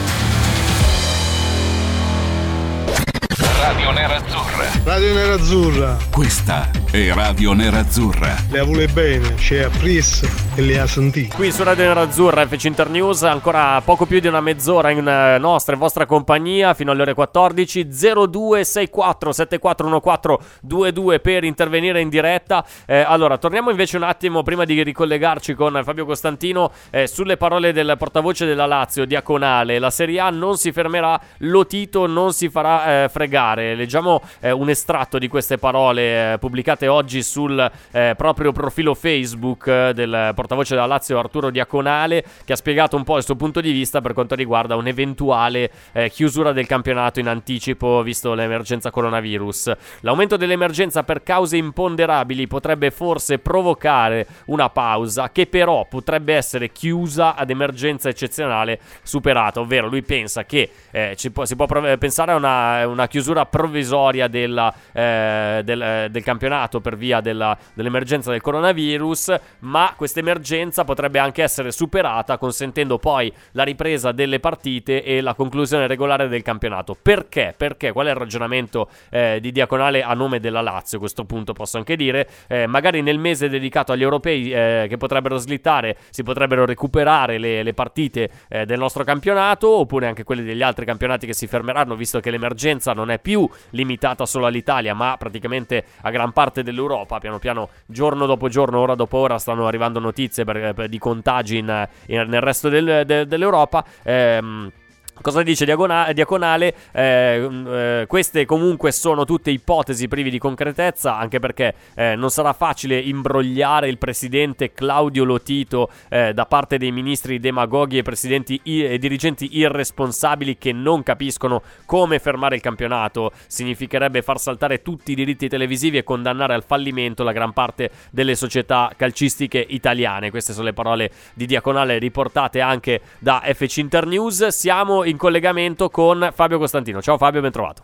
Radio Nerazzurra. Radio Nerazzurra. Questa è Radio Nerazzurra. Le vuole bene, c'è a Pris e le ha sentite. Qui su Radio Nerazzurra, F C Internews, ancora poco più di una mezz'ora in nostra e vostra compagnia fino alle ore quattordici. Zero due sei quattro sette quattro uno quattro due due per intervenire in diretta. Eh, allora, torniamo invece un attimo prima di ricollegarci con Fabio Costantino eh, sulle parole del portavoce della Lazio, Diaconale. La Serie A non si fermerà, Lotito non si farà eh, fregare. Leggiamo eh, un estratto di queste parole eh, pubblicate oggi sul eh, proprio profilo Facebook eh, del portavoce della Lazio Arturo Diaconale, che ha spiegato un po' il suo punto di vista per quanto riguarda un'eventuale eh, chiusura del campionato in anticipo visto l'emergenza coronavirus. L'aumento dell'emergenza per cause imponderabili potrebbe forse provocare una pausa, che però potrebbe essere chiusa ad emergenza eccezionale superata, ovvero lui pensa che eh, ci può, si può prov- pensare a una, una chiusura provvisoria della, eh, del, del campionato per via della, dell'emergenza del coronavirus, ma questa emergenza potrebbe anche essere superata, consentendo poi la ripresa delle partite e la conclusione regolare del campionato. Perché? Perché? Qual è il ragionamento eh, di Diaconale a nome della Lazio? A questo punto posso anche dire, eh, magari nel mese dedicato agli europei eh, che potrebbero slittare, si potrebbero recuperare le, le partite eh, del nostro campionato, oppure anche quelle degli altri campionati che si fermeranno, visto che l'emergenza non è più limitata solo all'Italia ma praticamente a gran parte dell'Europa. Piano piano, giorno dopo giorno, ora dopo ora stanno arrivando notizie per, per, di contagi in, in, nel resto del, de, dell'Europa. ehm Cosa dice Diagonale? Diaconale? Eh, eh, queste comunque sono tutte ipotesi privi di concretezza, anche perché eh, non sarà facile imbrogliare il presidente Claudio Lotito eh, da parte dei ministri demagoghi e presidenti i- e dirigenti irresponsabili che non capiscono come fermare il campionato. Significherebbe far saltare tutti i diritti televisivi e condannare al fallimento la gran parte delle società calcistiche italiane. Queste sono le parole di Diaconale riportate anche da F C Internews. Siamo in collegamento con Fabio Costantino. Ciao Fabio, ben trovato.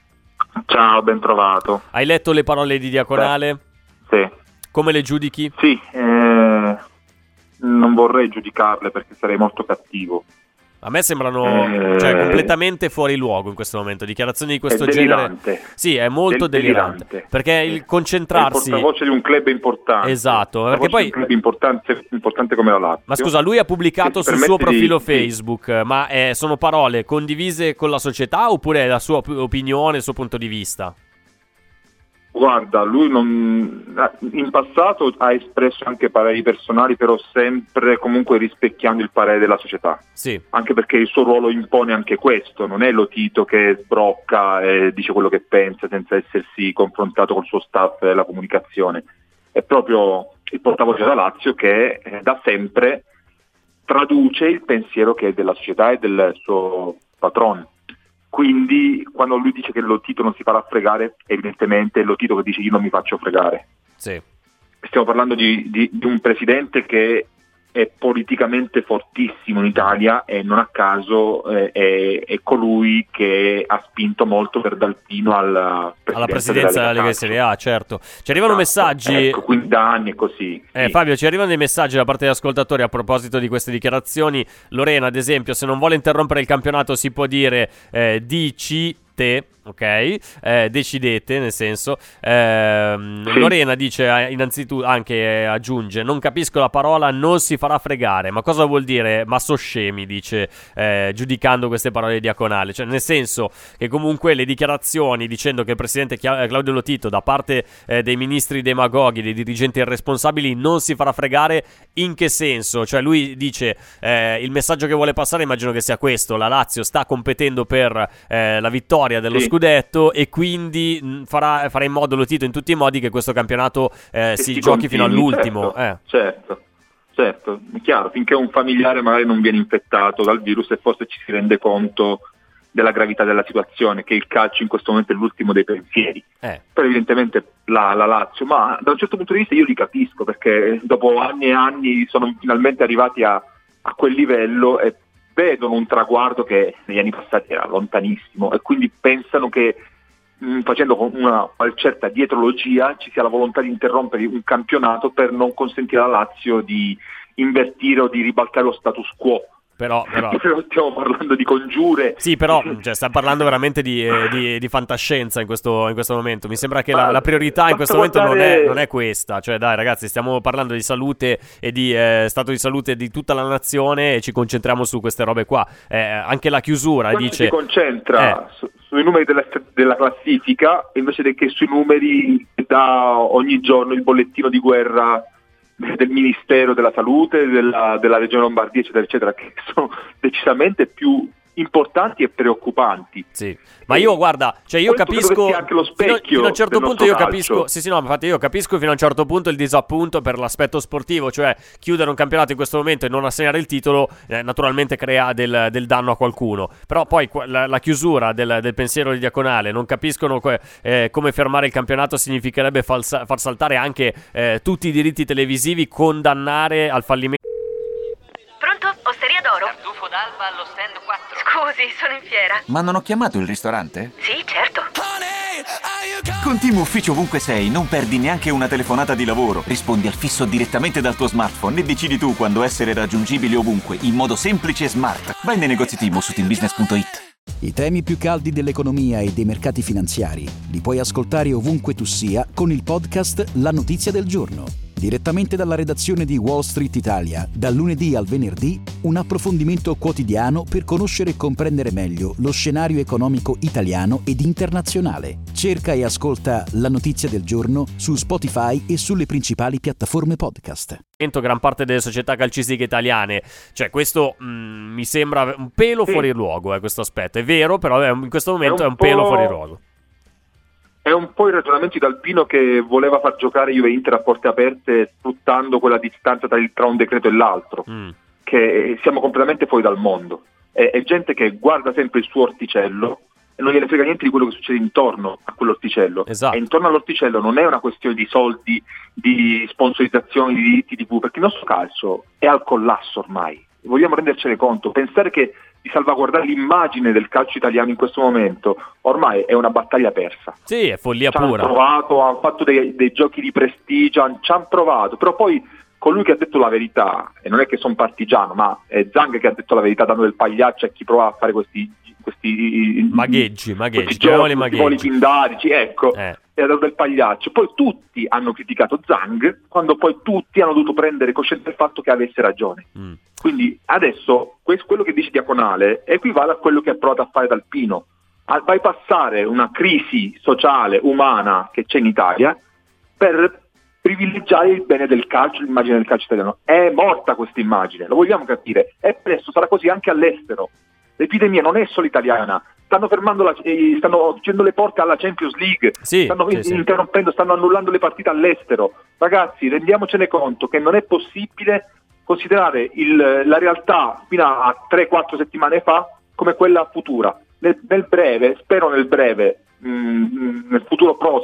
Ciao, ben trovato. Hai letto le parole di Diaconale? Sì. Come le giudichi? Sì, eh, non vorrei giudicarle perché sarei molto cattivo. A me sembrano eh, cioè, completamente fuori luogo in questo momento. Dichiarazioni di questo è genere. Sì, è molto Del- delirante, delirante. perché il concentrarsi. È il portavoce di un club importante. Esatto, perché poi di un club importante, importante come la Lazio. Ma scusa, lui ha pubblicato Che sul suo permette di- profilo di- Facebook, ma eh, sono parole condivise con la società oppure è la sua op- opinione, il suo punto di vista? Guarda, lui non, in passato ha espresso anche pareri personali, però sempre comunque rispecchiando il parere della società. Sì. Anche perché il suo ruolo impone anche questo, non è Lotito che sbrocca e dice quello che pensa senza essersi confrontato col suo staff e la comunicazione. È proprio il portavoce della Lazio che eh, da sempre traduce il pensiero che è della società e del suo patron. Quindi quando lui dice che Lotito non si farà fregare, evidentemente è Lotito che dice io non mi faccio fregare. Sì. Stiamo parlando di, di, di un presidente che è politicamente fortissimo in Italia e non a caso eh, è, è colui che ha spinto molto per D'Alpino alla presidenza, alla presidenza della Lega Serie A, certo. Ci arrivano esatto. messaggi, ecco, quindici anni e così. Eh, sì. Fabio, ci arrivano dei messaggi da parte degli ascoltatori a proposito di queste dichiarazioni. Lorena, ad esempio, se non vuole interrompere il campionato si può dire eh, dici te, ok? Eh, decidete, nel senso. Ehm, sì. Lorena dice, eh, innanzitutto, anche eh, aggiunge, non capisco la parola non si farà fregare. Ma cosa vuol dire? Ma so scemi, dice, eh, giudicando queste parole di Diaconale. Cioè, nel senso che comunque le dichiarazioni dicendo che il presidente Claudio Lotito, da parte eh, dei ministri demagoghi, dei dirigenti irresponsabili, non si farà fregare, in che senso? Cioè, lui dice, eh, il messaggio che vuole passare, immagino che sia questo: la Lazio sta competendo per eh, la vittoria dello sì. scudetto e quindi mh, farà, farà in modo Lotito in tutti i modi che questo campionato eh, si, si giochi continui, fino all'ultimo. Certo, eh. certo, certo, è chiaro, finché un familiare magari non viene infettato dal virus e forse ci si rende conto della gravità della situazione, che il calcio in questo momento è l'ultimo dei pensieri. Eh. Però evidentemente la, la Lazio, ma da un certo punto di vista io li capisco, perché dopo anni e anni sono finalmente arrivati a, a quel livello e vedono un traguardo che negli anni passati era lontanissimo e quindi pensano che mh, facendo una, una certa dietrologia ci sia la volontà di interrompere un campionato per non consentire alla Lazio di invertire o di ribaltare lo status quo. Però, però... però stiamo parlando di congiure. Sì, però cioè, stiamo parlando veramente di, eh, di, di fantascienza in questo, in questo momento. Mi sembra che la, la priorità in questo momento non è, non è questa. Cioè, dai, ragazzi, stiamo parlando di salute e di eh, stato di salute di tutta la nazione e ci concentriamo su queste robe qua. Eh, anche la chiusura Questo dice... si concentra eh. su, sui numeri della, della classifica invece che sui numeri che dà ogni giorno il bollettino di guerra del Ministero della Salute, della, della Regione Lombardia, eccetera, eccetera, che sono decisamente più importanti e preoccupanti. Sì, ma io guarda, cioè io Questo capisco sia anche lo fino, specchio fino a un certo del punto io nostro capisco, calcio. sì sì no, infatti io capisco fino a un certo punto il disappunto per l'aspetto sportivo, cioè chiudere un campionato in questo momento e non assegnare il titolo eh, naturalmente crea del, del danno a qualcuno, però poi la, la chiusura del, del pensiero di Diaconale, non capiscono que, eh, come fermare il campionato significherebbe falsa, far saltare anche eh, tutti i diritti televisivi, condannare al fallimento. Pronto? Osteria d'Oro? Tartufo d'Alba allo stand quattro. Scusi, sono in fiera. Ma non ho chiamato il ristorante? Sì, certo. Con Team Ufficio ovunque sei non perdi neanche una telefonata di lavoro. Rispondi al fisso direttamente dal tuo smartphone e decidi tu quando essere raggiungibile ovunque, in modo semplice e smart. Vai nei negozi Team su team business punto it. I temi più caldi dell'economia e dei mercati finanziari li puoi ascoltare ovunque tu sia con il podcast La Notizia del Giorno. Direttamente dalla redazione di Wall Street Italia, dal lunedì al venerdì, un approfondimento quotidiano per conoscere e comprendere meglio lo scenario economico italiano ed internazionale. Cerca e ascolta La Notizia del Giorno su Spotify e sulle principali piattaforme podcast. Gran parte delle società calcistiche italiane, cioè questo mh, mi sembra un pelo sì. fuori luogo, eh, questo aspetto. È vero, però è, in questo momento è un, è un po'... pelo fuori luogo. È un po' il ragionamento di D'Alpino che voleva far giocare Juve Inter a porte aperte sfruttando quella distanza tra, il, tra un decreto e l'altro, mm. che siamo completamente fuori dal mondo. È, è gente che guarda sempre il suo orticello e non gliene frega niente di quello che succede intorno a quell'orticello. Esatto. E intorno all'orticello non è una questione di soldi, di sponsorizzazioni, di diritti tivù, perché il nostro calcio è al collasso ormai. Vogliamo rendercene conto. Pensare che di salvaguardare l'immagine del calcio italiano in questo momento ormai è una battaglia persa. Sì, è follia ci pura. Hanno provato, hanno fatto dei, dei giochi di prestigio, ci hanno provato, però poi colui che ha detto la verità, e non è che sono partigiano, ma è Zang che ha detto la verità dando del pagliaccio a chi prova a fare questi questi magheggi, magheggi, questi giochi, questi voli pindarici, ecco, eh. e ha dato del pagliaccio. Poi tutti hanno criticato Zang, quando poi tutti hanno dovuto prendere coscienza del fatto che avesse ragione. Mm. Quindi adesso quello che dice Diaconale equivale a quello che ha provato a fare D'Alpino, a bypassare una crisi sociale, umana che c'è in Italia per privilegiare il bene del calcio, l'immagine del calcio italiano. È morta questa immagine, lo vogliamo capire, è presto, sarà così anche all'estero. L'epidemia non è solo italiana, stanno fermando la, eh, stanno chiudendo le porte alla Champions League, sì, stanno sì, interrompendo, sì. stanno annullando le partite all'estero. Ragazzi, rendiamocene conto che non è possibile considerare il, la realtà fino a tre quattro settimane fa come quella futura. Nel, nel breve, spero nel breve, mh, nel futuro prossimo,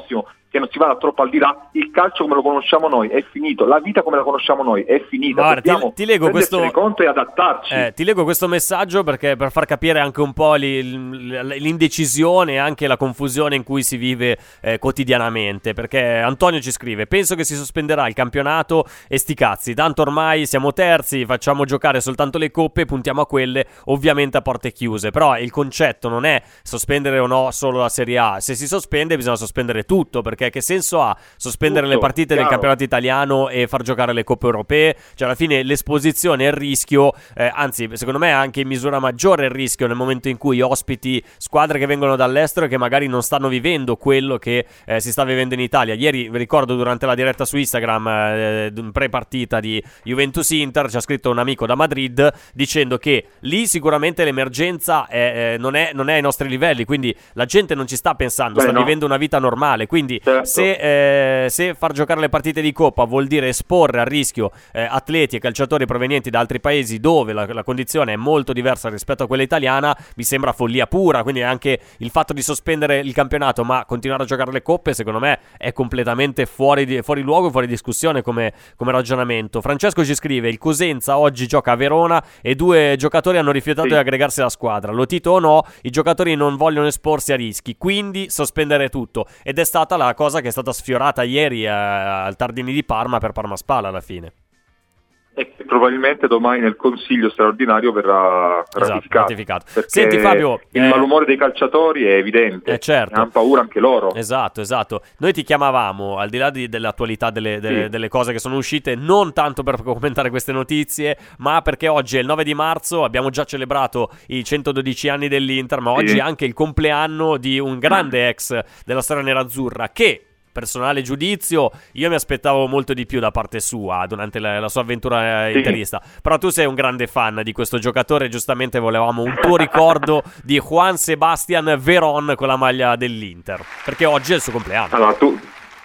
che non si vada troppo al di là. Il calcio come lo conosciamo noi è finito, la vita come la conosciamo noi è finita. Guarda, ti, ti leggo questo conto e adattarci. Eh, ti leggo questo messaggio perché per far capire anche un po' li, l'indecisione e anche la confusione in cui si vive eh, quotidianamente, perché Antonio ci scrive: penso che si sospenderà il campionato e sti cazzi, tanto ormai siamo terzi, facciamo giocare soltanto le coppe e puntiamo a quelle, ovviamente a porte chiuse. Però il concetto non è sospendere o no solo la Serie A, se si sospende bisogna sospendere tutto, perché che senso ha sospendere tutto, le partite chiaro. del campionato italiano e far giocare le coppe europee? Cioè alla fine l'esposizione e il rischio, eh, anzi secondo me anche in misura maggiore il rischio nel momento in cui ospiti squadre che vengono dall'estero e che magari non stanno vivendo quello che eh, si sta vivendo in Italia. Ieri vi ricordo durante la diretta su Instagram eh, pre-partita di Juventus-Inter ci ha scritto un amico da Madrid dicendo che lì sicuramente l'emergenza è, eh, non, è, non è ai nostri livelli, quindi la gente non ci sta pensando, Beh, sta no. vivendo una vita normale, quindi certo. se, eh, se far giocare le partite di Coppa vuol dire esporre a rischio eh, atleti e calciatori provenienti da altri paesi dove la, la condizione è molto diversa rispetto a quella italiana, mi sembra follia pura. Quindi anche il fatto di sospendere il campionato ma continuare a giocare le coppe secondo me è completamente fuori, di, fuori luogo, fuori discussione come, come ragionamento. Francesco ci scrive: il Cosenza oggi gioca a Verona e due giocatori hanno rifiutato sì. di aggregarsi alla squadra, lo Tito o no, i giocatori non vogliono esporsi a rischi, quindi sospendere tutto. Ed è stata la cosa che è stata sfiorata ieri eh, al Tardini di Parma per Parma Spal alla fine. E probabilmente domani nel consiglio straordinario verrà esatto, ratificato. ratificato. Senti Fabio, il eh, malumore dei calciatori è evidente, eh, certo. hanno paura anche loro. Esatto, esatto. Noi ti chiamavamo, al di là di, dell'attualità delle, delle, sì. delle cose che sono uscite, non tanto per commentare queste notizie, ma perché oggi è il nove di marzo, abbiamo già celebrato i centododici anni dell'Inter, ma oggi sì. è anche il compleanno di un grande ex della storia nerazzurra che, personale giudizio, io mi aspettavo molto di più da parte sua durante la, la sua avventura sì. interista. Però tu sei un grande fan di questo giocatore, giustamente volevamo un tuo ricordo di Juan Sebastian Veron con la maglia dell'Inter, perché oggi è il suo compleanno. Allora tu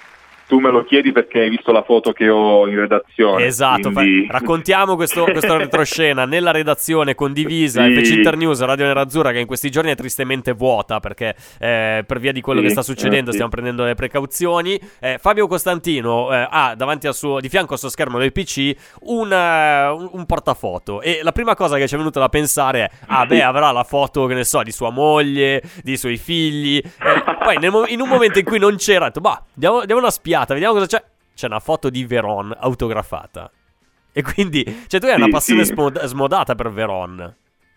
Tu me lo chiedi perché hai visto la foto che ho in redazione. Esatto, quindi... fa... raccontiamo questo, questa retroscena nella redazione condivisa, sì. F C Inter News, Radio Nerazzurra, che in questi giorni è tristemente vuota perché eh, per via di quello sì, che sta succedendo eh, sì. stiamo prendendo le precauzioni. eh, Fabio Costantino eh, ha davanti al suo, di fianco al suo schermo del P C un, uh, un, un portafoto, e la prima cosa che ci è venuta da pensare è ah beh, avrà la foto, che ne so, di sua moglie, di suoi figli. eh, poi nel mo- in un momento in cui non c'era, ho detto bah, diamo, diamo una spiata, vediamo cosa c'è. C'è una foto di Veron autografata. E quindi, cioè, tu hai una sì, passione sì. smod- smodata per Veron.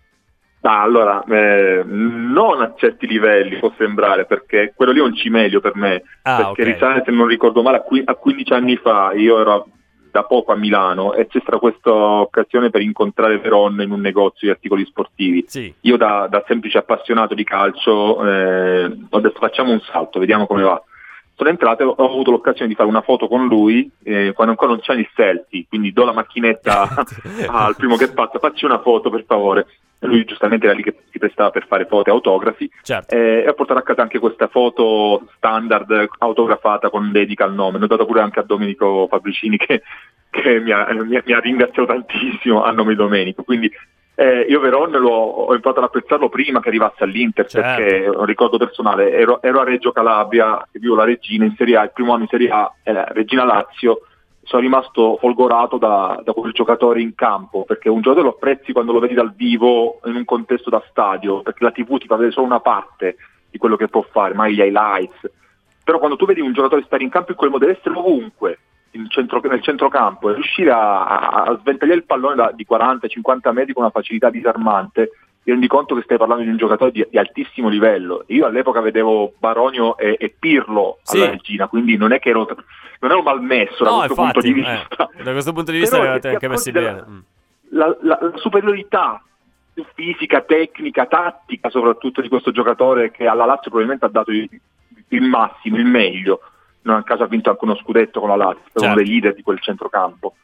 Ah, allora, eh, non a certi livelli può sembrare, perché quello lì è un cimelio per me. Ah, perché okay. risale, se non ricordo male, a, qui- a quindici anni fa, io ero da poco a Milano e c'è stata questa occasione per incontrare Veron in un negozio di articoli sportivi. Sì. Io da, da semplice appassionato di calcio eh, ho detto facciamo un salto, vediamo come va. Sono entrato e ho avuto l'occasione di fare una foto con lui eh, quando ancora non c'era il selfie, quindi do la macchinetta al primo che passa, facci una foto per favore. E lui giustamente era lì che si prestava per fare foto e autografi, certo. eh, e ho portato a casa anche questa foto standard autografata con dedica al nome. L'ho data pure anche a Domenico Fabricini che, che mi, ha, mi, mi ha ringraziato tantissimo a nome di Domenico, quindi Eh, io Veron l'ho, ho imparato ad apprezzarlo prima che arrivasse all'Inter, certo. perché un ricordo personale, ero, ero a Reggio Calabria, che vivo la Regina in Serie A, il primo anno in Serie A, eh, Regina Lazio, sono rimasto folgorato da, da quel giocatore in campo, perché un giocatore lo apprezzi quando lo vedi dal vivo in un contesto da stadio, perché la tivù ti fa vedere solo una parte di quello che può fare, magari gli highlights, però quando tu vedi un giocatore stare in campo in quel modo, deve essere ovunque in centro, nel centrocampo, e riuscire a, a, a sventagliare il pallone da, di quaranta cinquanta metri con una facilità disarmante, ti rendi conto che stai parlando di un giocatore di, di altissimo livello. Io all'epoca vedevo Baronio e, e Pirlo sì. alla Regina, quindi non è che ero, non ero malmesso da no, questo infatti, punto di vista. Eh, da questo punto di vista avete anche messi bene. La, la, la superiorità fisica, tecnica, tattica soprattutto di questo giocatore, che alla Lazio probabilmente ha dato il, il massimo, il meglio. Non a caso ha vinto anche uno scudetto con la Lazio, è certo. uno dei leader di quel centrocampo.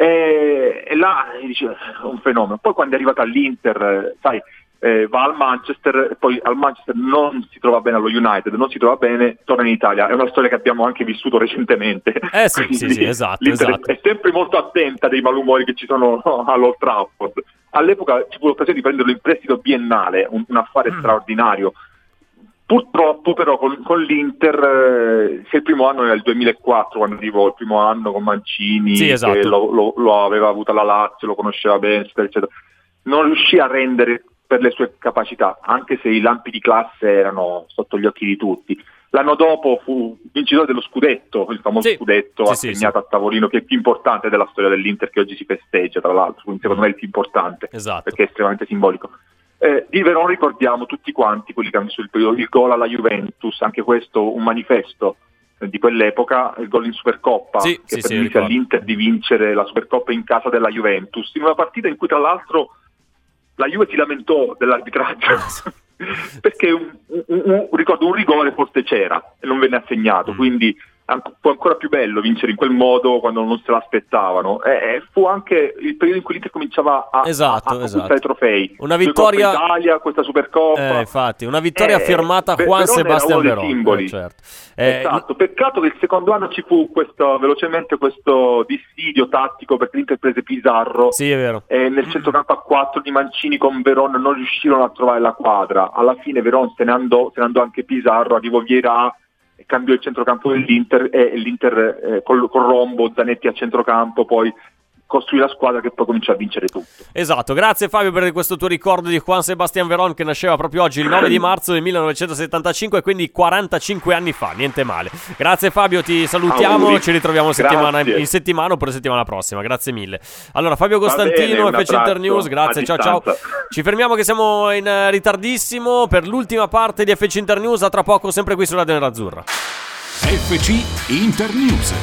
E, e là dice, un fenomeno. Poi quando è arrivato all'Inter, sai, eh, va al Manchester, poi al Manchester non si trova bene, allo United non si trova bene, torna in Italia. È una storia che abbiamo anche vissuto recentemente. Eh sì, sì, sì, esatto, L'Inter esatto. è sempre molto attenta dei malumori che ci sono all'Old Trafford. All'epoca ci fu l'occasione di prenderlo in prestito biennale, un, un affare mm. straordinario. Purtroppo però con, con l'Inter, eh, se il primo anno era il duemilaquattro, quando arrivò il primo anno con Mancini, sì, esatto. che lo, lo, lo aveva avuto alla Lazio, lo conosceva bene, eccetera, eccetera, non riuscì a rendere per le sue capacità, anche se i lampi di classe erano sotto gli occhi di tutti. L'anno dopo fu vincitore dello scudetto, il famoso sì. scudetto sì, assegnato sì, sì. a tavolino, che è il più importante della storia dell'Inter, che oggi si festeggia tra l'altro, quindi secondo me è il più importante, esatto. perché è estremamente simbolico. Eh, di Veron ricordiamo tutti quanti quelli che hanno visto il periodo, il gol alla Juventus, anche questo un manifesto eh, di quell'epoca, il gol in Supercoppa, sì, che sì, permise sì, all'Inter di vincere la Supercoppa in casa della Juventus, in una partita in cui tra l'altro la Juve si lamentò dell'arbitraggio perché un, un, un, ricordo un rigore forse c'era e non venne assegnato, mm. quindi fu ancora più bello vincere in quel modo quando non se l'aspettavano, e fu anche il periodo in cui l'Inter cominciava a, esatto, a, a esatto. trofei, una vittoria Coppa Italia, questa Supercoppa, eh, infatti una vittoria eh, firmata Be- Juan Veron Sebastian era uno Veron, dei simboli. Eh, certo. eh, esatto, peccato che il secondo anno ci fu questo velocemente questo dissidio tattico, perché l'Inter prese Pizarro, sì, è vero. e nel centrocampo a quattro di Mancini con Veron non riuscirono a trovare la quadra. Alla fine Veron se ne andò, se ne andò anche Pizarro, arrivò Vieira, cambiò il centrocampo dell'Inter e l'Inter eh, col, col Rombo, Zanetti a centrocampo, poi costruì la squadra che poi cominciò a vincere tutto. Esatto, grazie Fabio per questo tuo ricordo di Juan Sebastian Veron, che nasceva proprio oggi il nove di marzo del millenovecentosettantacinque, quindi quarantacinque anni fa, niente male. Grazie Fabio, ti salutiamo, ah, ci ritroviamo settimana in, in settimana oppure settimana prossima, grazie mille. Allora Fabio Costantino, F C Internews, grazie, ciao ciao. Ci fermiamo che siamo in ritardissimo per l'ultima parte di F C Internews, a tra poco sempre qui su Radio Nerazzurra. F C Internews.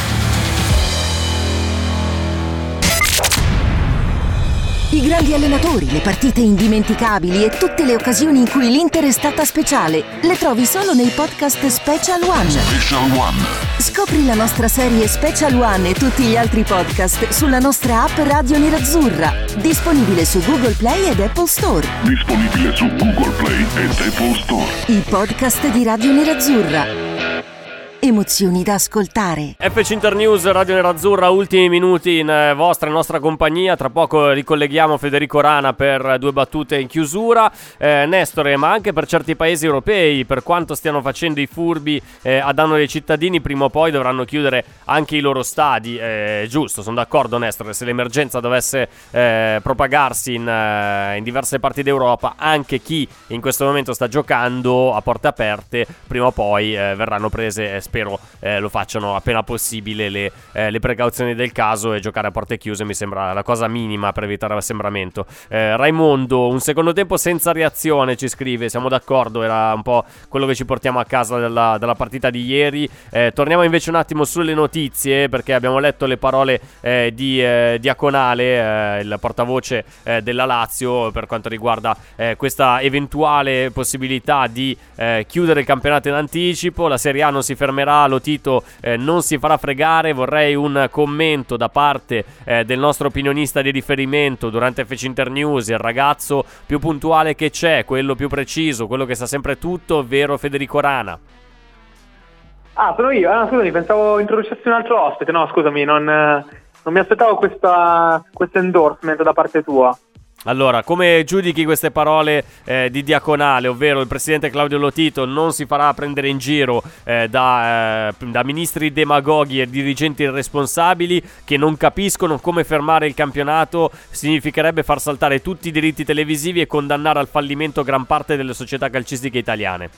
I grandi allenatori, le partite indimenticabili e tutte le occasioni in cui l'Inter è stata speciale le trovi solo nei podcast Special One. Special One. Scopri la nostra serie Special One e tutti gli altri podcast sulla nostra app Radio Nerazzurra, disponibile su Google Play ed Apple Store. Disponibile su Google Play ed Apple Store. I podcast di Radio Nerazzurra. Emozioni da ascoltare. F C Internews, Radio Nerazzurra, ultimi minuti in eh, vostra e nostra compagnia. Tra poco ricolleghiamo Federico Rana per due battute in chiusura. eh, Nestore, ma anche per certi paesi europei, per quanto stiano facendo i furbi eh, a danno dei cittadini, prima o poi dovranno chiudere anche i loro stadi. eh, Giusto, sono d'accordo Nestore, se l'emergenza dovesse eh, propagarsi in, eh, in diverse parti d'Europa, anche chi in questo momento sta giocando a porte aperte, prima o poi eh, verranno prese eh, spero eh, lo facciano appena possibile le, eh, le precauzioni del caso, e giocare a porte chiuse mi sembra la cosa minima per evitare l'assembramento. eh, Raimondo, un secondo tempo senza reazione, ci scrive, siamo d'accordo, era un po' quello che ci portiamo a casa dalla, dalla partita di ieri. eh, Torniamo invece un attimo sulle notizie, perché abbiamo letto le parole eh, di eh, Diaconale, eh, il portavoce eh, della Lazio, per quanto riguarda eh, questa eventuale possibilità di eh, chiudere il campionato in anticipo. La Serie A non si fermerà, Lotito eh, non si farà fregare. Vorrei un commento da parte eh, del nostro opinionista di riferimento durante F C Internews, il ragazzo più puntuale che c'è, quello più preciso, quello che sa sempre tutto, ovvero Federico Rana. Ah, sono io? Ah, scusami, pensavo introducessi un altro ospite. No, scusami, non, non mi aspettavo questa, questo endorsement da parte tua. Allora, come giudichi queste parole eh, di Diaconale, ovvero il presidente Claudio Lotito non si farà prendere in giro eh, da, eh, da ministri demagoghi e dirigenti irresponsabili che non capiscono come fermare il campionato significherebbe far saltare tutti i diritti televisivi e condannare al fallimento gran parte delle società calcistiche italiane?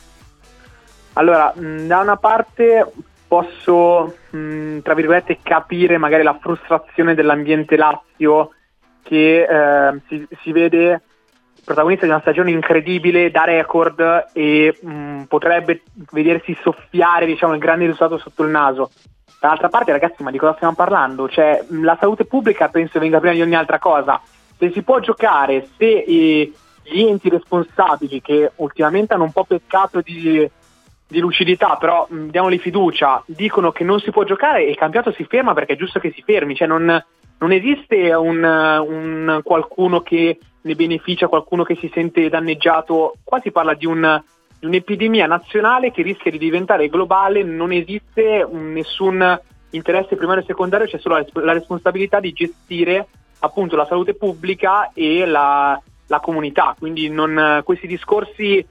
Allora, mh, da una parte posso, mh, tra virgolette, capire magari la frustrazione dell'ambiente Lazio, che eh, si, si vede protagonista di una stagione incredibile, da record, e mh, potrebbe vedersi soffiare, diciamo, il grande risultato sotto il naso. Dall'altra parte, ragazzi, ma di cosa stiamo parlando? Cioè, la salute pubblica penso venga prima di ogni altra cosa. Se si può giocare, se eh, gli enti responsabili, che ultimamente hanno un po' peccato di, di lucidità, però mh, diamoli fiducia, dicono che non si può giocare e il campionato si ferma, perché è giusto che si fermi. Cioè, non... Non esiste un, un qualcuno che ne beneficia, qualcuno che si sente danneggiato. Qua si parla di, un, di un'epidemia nazionale che rischia di diventare globale. Non esiste un, nessun interesse primario e secondario, c'è solo la, la responsabilità di gestire appunto la salute pubblica e la, la comunità. Quindi non, questi discorsi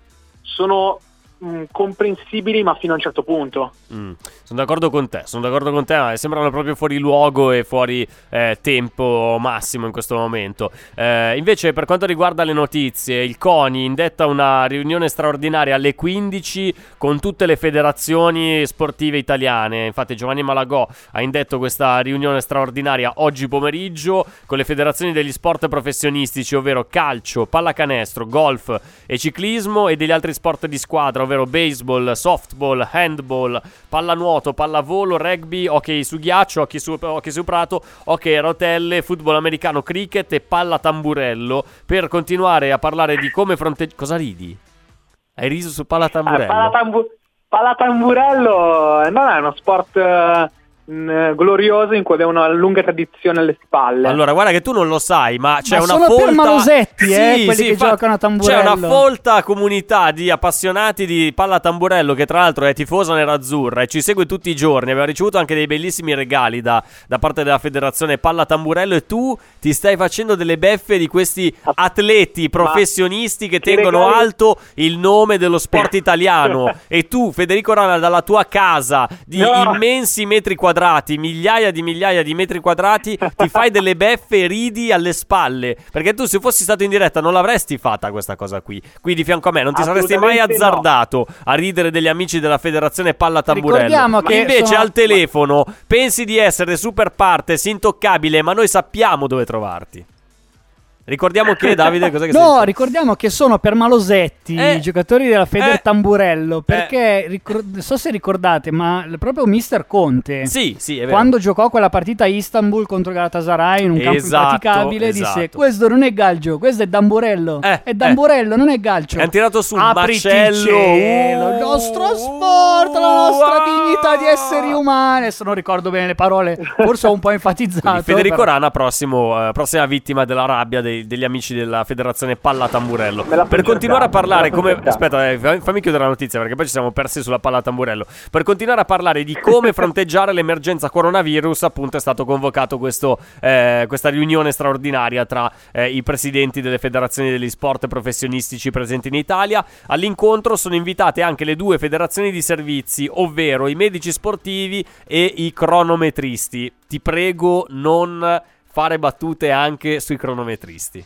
sono mh, comprensibili ma fino a un certo punto. Mm. Sono d'accordo con te, sono d'accordo con te, ma sembrano proprio fuori luogo e fuori eh, tempo massimo in questo momento. Eh, invece per quanto riguarda le notizie, il CONI indetta una riunione straordinaria alle quindici con tutte le federazioni sportive italiane. Infatti Giovanni Malagò ha indetto questa riunione straordinaria oggi pomeriggio con le federazioni degli sport professionistici, ovvero calcio, pallacanestro, golf e ciclismo, e degli altri sport di squadra, ovvero baseball, softball, handball, pallanuoto, pallavolo, rugby, hockey su ghiaccio, hockey su, hockey su prato, hockey a rotelle, football americano, cricket e palla tamburello, per continuare a parlare di come fronteggiare... Cosa ridi? Hai riso su palla tamburello? Eh, palla, tambu- palla tamburello non è uno sport uh, mh, glorioso in cui abbiamo una lunga tradizione alle spalle. Allora, guarda che tu non lo sai, ma c'è ma una sono folta... per malosetti, sì, eh, quelli sì, che fa... giocano a tamburello. C'è una folta comunità di appassionati di palla tamburello che tra l'altro è tifosa nerazzurra e ci segue tutti i giorni. Abbiamo ricevuto anche dei bellissimi regali da, da parte della federazione palla tamburello, e tu ti stai facendo delle beffe di questi atleti professionisti che tengono regali... alto il nome dello sport italiano. E tu, Federico Rana, dalla tua casa di no. immensi metri quadrati, migliaia di migliaia di metri quadrati, ti fai delle beffe e ridi alle spalle, perché tu se fossi stato in diretta non l'avresti fatta questa cosa qui qui di fianco a me, non ti saresti mai azzardato no. a ridere degli amici della federazione palla tamburello. Che invece sono... al telefono pensi di essere super partes, intoccabile, ma noi sappiamo dove trovarti. Ricordiamo che, Davide, cos'è che No, sei? ricordiamo che sono per malosetti eh, i giocatori della Feder eh, Tamburello, perché eh, ricor- non so se ricordate, ma proprio mister Conte, sì, sì, è vero, quando giocò quella partita a Istanbul contro Galatasaray in un campo esatto, impraticabile, esatto. disse: questo non è calcio, questo è Tamburello, eh, è Tamburello, eh. non è calcio. Hanno tirato su un Apriti macello, cielo, uh, il nostro sport, la nostra dignità di esseri umani. Adesso non ricordo bene le parole, forse ho un po' enfatizzato. Quindi Federico però. Rana, prossimo, eh, prossima vittima della rabbia dei, degli amici della federazione palla tamburello. Per continuare a parlare come aspetta, eh, fammi chiudere la notizia perché poi ci siamo persi sulla palla tamburello. Per continuare a parlare di come fronteggiare l'emergenza coronavirus, appunto è stato convocato questo, eh, questa riunione straordinaria tra eh, i presidenti delle federazioni degli sport professionistici presenti in Italia. All'incontro sono invitate anche le due federazioni di servizi, ovvero i medici sportivi e i cronometristi. Ti prego, non fare battute anche sui cronometristi.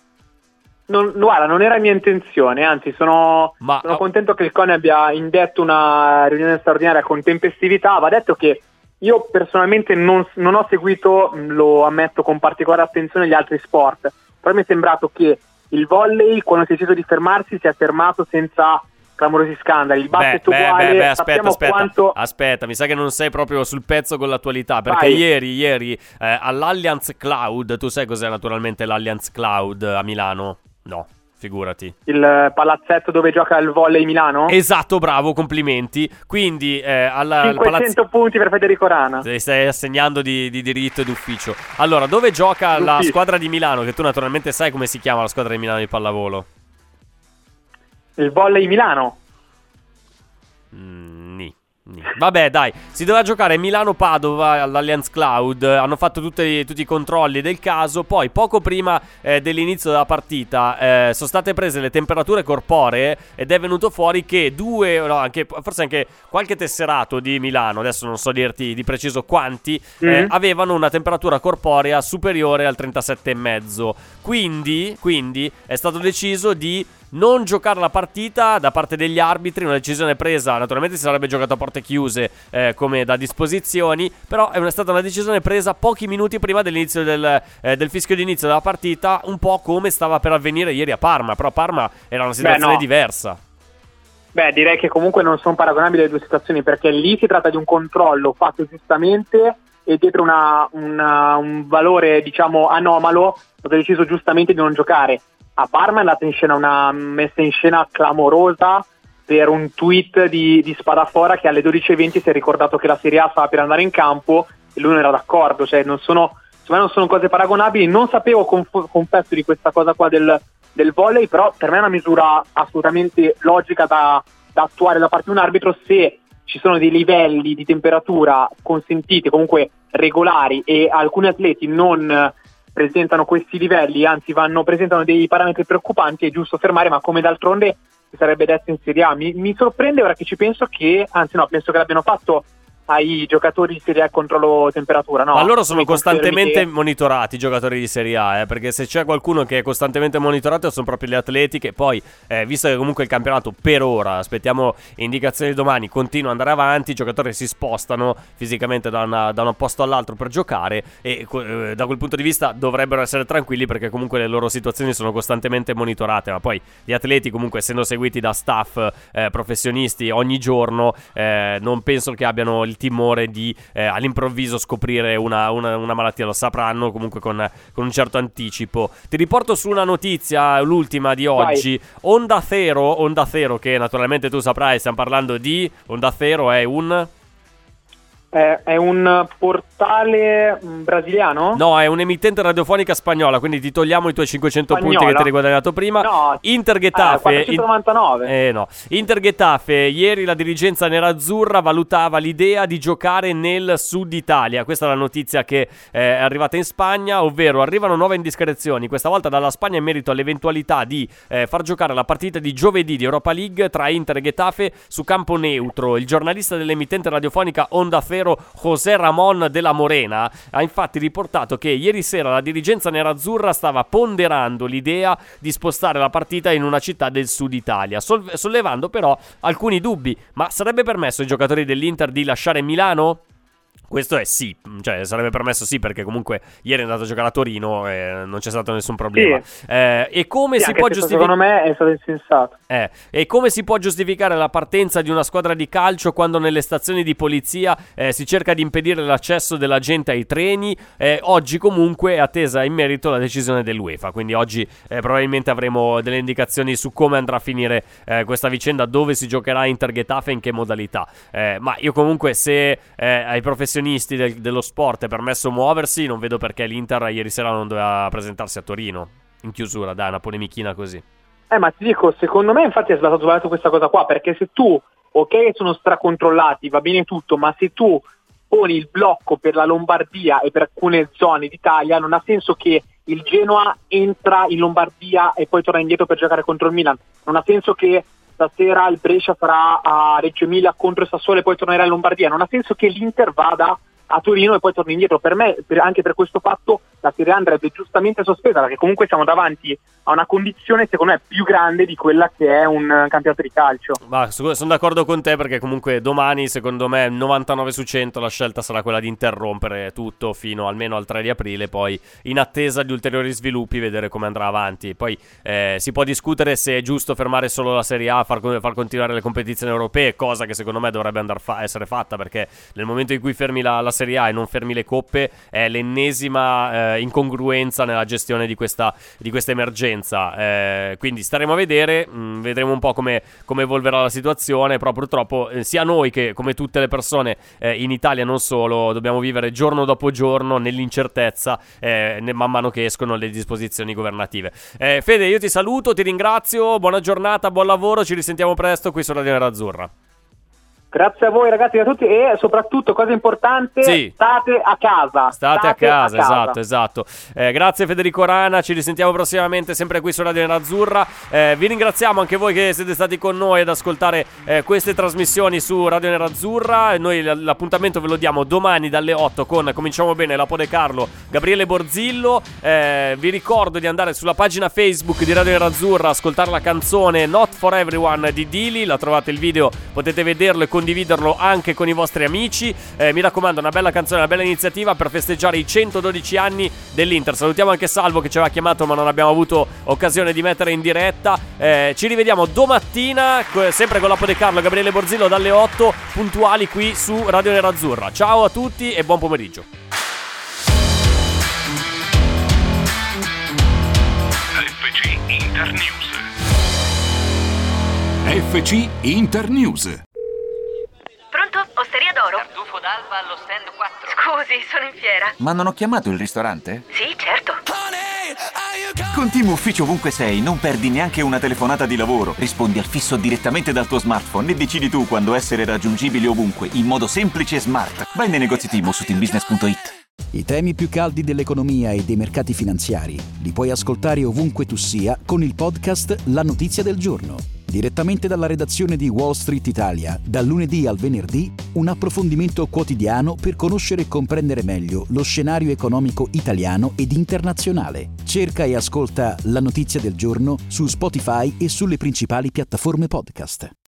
Non, guarda, non era mia intenzione, anzi sono, Ma, sono contento che il CONI abbia indetto una riunione straordinaria con tempestività. Va detto che io personalmente non, non ho seguito, lo ammetto, con particolare attenzione gli altri sport, però mi è sembrato che il volley, quando si è deciso di fermarsi, si è fermato senza clamorosi scandali. Il basket beh, uguale, beh, beh, aspetta, aspetta, quanto... aspetta, mi sa che non sei proprio sul pezzo con l'attualità, perché Vai. ieri, ieri eh, all'Allianz Cloud, tu sai cos'è naturalmente l'Allianz Cloud a Milano? No, figurati. Il palazzetto dove gioca il volley Milano? Esatto, bravo, complimenti. Quindi eh, alla, cinquecento palazz... punti per Federico Rana. Ti stai assegnando di, di diritto e d'ufficio. Allora, dove gioca D'ufficio. la squadra di Milano? Che tu naturalmente sai come si chiama la squadra di Milano di pallavolo. Il volley Milano. Mm, ni. Vabbè, dai, si doveva giocare Milano-Padova all'Allianz Cloud. Hanno fatto tutti, tutti i controlli del caso. Poi poco prima eh, dell'inizio della partita eh, sono state prese le temperature corporee ed è venuto fuori che due, no, anche, forse anche qualche tesserato di Milano, adesso non so dirti di preciso quanti, mm. eh, avevano una temperatura corporea superiore al trentasette virgola cinque. Quindi, quindi è stato deciso di non giocare la partita da parte degli arbitri, una decisione presa, naturalmente si sarebbe giocato a porte chiuse eh, come da disposizioni, però è stata una decisione presa pochi minuti prima dell'inizio del, eh, del fischio d'inizio della partita, un po' come stava per avvenire ieri a Parma, però a Parma era una situazione Beh, no. diversa. Beh, direi che comunque non sono paragonabili le due situazioni, perché lì si tratta di un controllo fatto giustamente e dietro una, una, un valore, diciamo, anomalo, ho deciso giustamente di non giocare. A Parma è andata in scena una messa in scena clamorosa per un tweet di, di Spadafora che alle dodici e venti si è ricordato che la Serie A stava per andare in campo e lui non era d'accordo. Cioè non sono, secondo me non sono cose paragonabili. Non sapevo, conf- confesso, di questa cosa qua del, del volley, però per me è una misura assolutamente logica da, da attuare da parte di un arbitro se ci sono dei livelli di temperatura consentiti, comunque regolari, e alcuni atleti non presentano questi livelli, anzi vanno presentano dei parametri preoccupanti. È giusto fermare, ma come d'altronde si sarebbe detto in Serie A. Mi, mi sorprende ora che ci penso che, anzi no, penso che l'abbiano fatto ai giocatori di Serie A controllo temperatura, no? Ma loro sono costantemente che... monitorati, i giocatori di Serie A, eh, perché se c'è qualcuno che è costantemente monitorato sono proprio gli atleti, che poi, eh, visto che comunque il campionato per ora, aspettiamo indicazioni domani, continua ad andare avanti, i giocatori si spostano fisicamente da, una, da un posto all'altro per giocare e eh, da quel punto di vista dovrebbero essere tranquilli, perché comunque le loro situazioni sono costantemente monitorate, ma poi gli atleti comunque, essendo seguiti da staff eh, professionisti ogni giorno, eh, non penso che abbiano il timore di eh, all'improvviso scoprire una, una, una malattia, lo sapranno comunque con, con un certo anticipo. Ti riporto su una notizia, l'ultima di oggi. Vai. Onda Cero, Onda Cero, che naturalmente tu saprai, stiamo parlando di Onda Cero, è un... È, è un portale brasiliano? No, è un'emittente radiofonica spagnola, quindi ti togliamo i tuoi cinquecento Spagnola. punti che ti hai guadagnato prima. No, Inter Getafe. eh, quattrocentonovantanove. In... Eh no. Inter Getafe, ieri la dirigenza nerazzurra valutava l'idea di giocare nel Sud Italia. Questa è la notizia che eh, è arrivata in Spagna, ovvero arrivano nuove indiscrezioni, questa volta dalla Spagna, in merito all'eventualità di eh, far giocare la partita di giovedì di Europa League tra Inter e Getafe su campo neutro. Il giornalista dell'emittente radiofonica Onda Cero, José Ramón de la Morena, ha infatti riportato che ieri sera la dirigenza nerazzurra stava ponderando l'idea di spostare la partita in una città del Sud Italia, sol- sollevando però alcuni dubbi. Ma sarebbe permesso ai giocatori dell'Inter di lasciare Milano? Questo è sì, cioè sarebbe permesso sì, perché comunque ieri è andato a giocare a Torino e non c'è stato nessun problema. Sì. Eh, e come sì, si può giustificare? Secondo me è stato insensato. Eh, e come si può giustificare la partenza di una squadra di calcio quando nelle stazioni di polizia eh, si cerca di impedire l'accesso della gente ai treni? Eh, oggi comunque è attesa in merito la decisione dell'UEFA, quindi oggi eh, probabilmente avremo delle indicazioni su come andrà a finire eh, questa vicenda, dove si giocherà Inter Getafe e in che modalità. Eh, ma io comunque, se eh, ai professionisti Del, dello sport è permesso muoversi, non vedo perché l'Inter ieri sera non doveva presentarsi a Torino in chiusura. Dai, una polemichina così. Eh, ma ti dico, secondo me infatti è stato sbagliato questa cosa qua, perché se tu, ok, sono stracontrollati, va bene tutto, ma se tu poni il blocco per la Lombardia e per alcune zone d'Italia, non ha senso che il Genoa entra in Lombardia e poi torna indietro per giocare contro il Milan. Non ha senso che stasera il Brescia farà a Reggio Emilia contro il Sassuolo e poi tornerà in Lombardia. Non ha senso che l'Inter vada a Torino e poi torni indietro. Per me, per, anche per questo fatto, la Serie A andrebbe giustamente sospesa, perché comunque siamo davanti a una condizione secondo me più grande di quella che è un campionato di calcio. Ma sono d'accordo con te, perché comunque domani secondo me novantanove su cento la scelta sarà quella di interrompere tutto fino almeno al tre di aprile, poi in attesa di ulteriori sviluppi vedere come andrà avanti. Poi eh, si può discutere se è giusto fermare solo la Serie A, far, far continuare le competizioni europee, cosa che secondo me dovrebbe andare fa- essere fatta, perché nel momento in cui fermi la, la Serie A e non fermi le coppe è l'ennesima eh, incongruenza nella gestione di questa, di questa emergenza. Eh, quindi staremo a vedere, mh, vedremo un po' come, come evolverà la situazione, però purtroppo eh, sia noi che come tutte le persone eh, in Italia, non solo, dobbiamo vivere giorno dopo giorno nell'incertezza eh, man mano che escono le disposizioni governative. eh, Fede, io ti saluto, ti ringrazio, buona giornata, buon lavoro, ci risentiamo presto qui su Radio Nerazzurra. Grazie a voi ragazzi e a tutti, e soprattutto, cosa importante, sì. state a casa. State, state a, casa, a casa, esatto, esatto. Eh, grazie Federico Rana, ci risentiamo prossimamente sempre qui su Radio Nerazzurra. Eh, vi ringraziamo anche voi che siete stati con noi ad ascoltare eh, queste trasmissioni su Radio Nerazzurra. Noi l'appuntamento ve lo diamo domani dalle otto con Cominciamo Bene, la Pode Carlo, Gabriele Borzillo. Eh, vi ricordo di andare sulla pagina Facebook di Radio Nerazzurra, ascoltare la canzone Not For Everyone di Dili, la trovate il video, potete vederlo e condividerlo anche con i vostri amici. Eh, mi raccomando, una bella canzone, una bella iniziativa per festeggiare i centododici anni dell'Inter. Salutiamo anche Salvo che ci aveva chiamato ma non abbiamo avuto occasione di mettere in diretta. Eh, ci rivediamo domattina sempre con la Pode Carlo, Gabriele Borzillo dalle otto puntuali qui su Radio Nerazzurra. Ciao a tutti e buon pomeriggio. F C Internews. F C Internews. Pronto? Osteria d'Oro? Tartufo d'alba allo stand quattro. Scusi, sono in fiera. Ma non ho chiamato il ristorante? Sì, certo. Con Team Ufficio ovunque sei non perdi neanche una telefonata di lavoro. Rispondi al fisso direttamente dal tuo smartphone e decidi tu quando essere raggiungibile ovunque, in modo semplice e smart. Vai nei negozi Team o su team business punto it. I temi più caldi dell'economia e dei mercati finanziari li puoi ascoltare ovunque tu sia con il podcast La Notizia del Giorno. Direttamente dalla redazione di Wall Street Italia, dal lunedì al venerdì, un approfondimento quotidiano per conoscere e comprendere meglio lo scenario economico italiano ed internazionale. Cerca e ascolta La Notizia del Giorno su Spotify e sulle principali piattaforme podcast.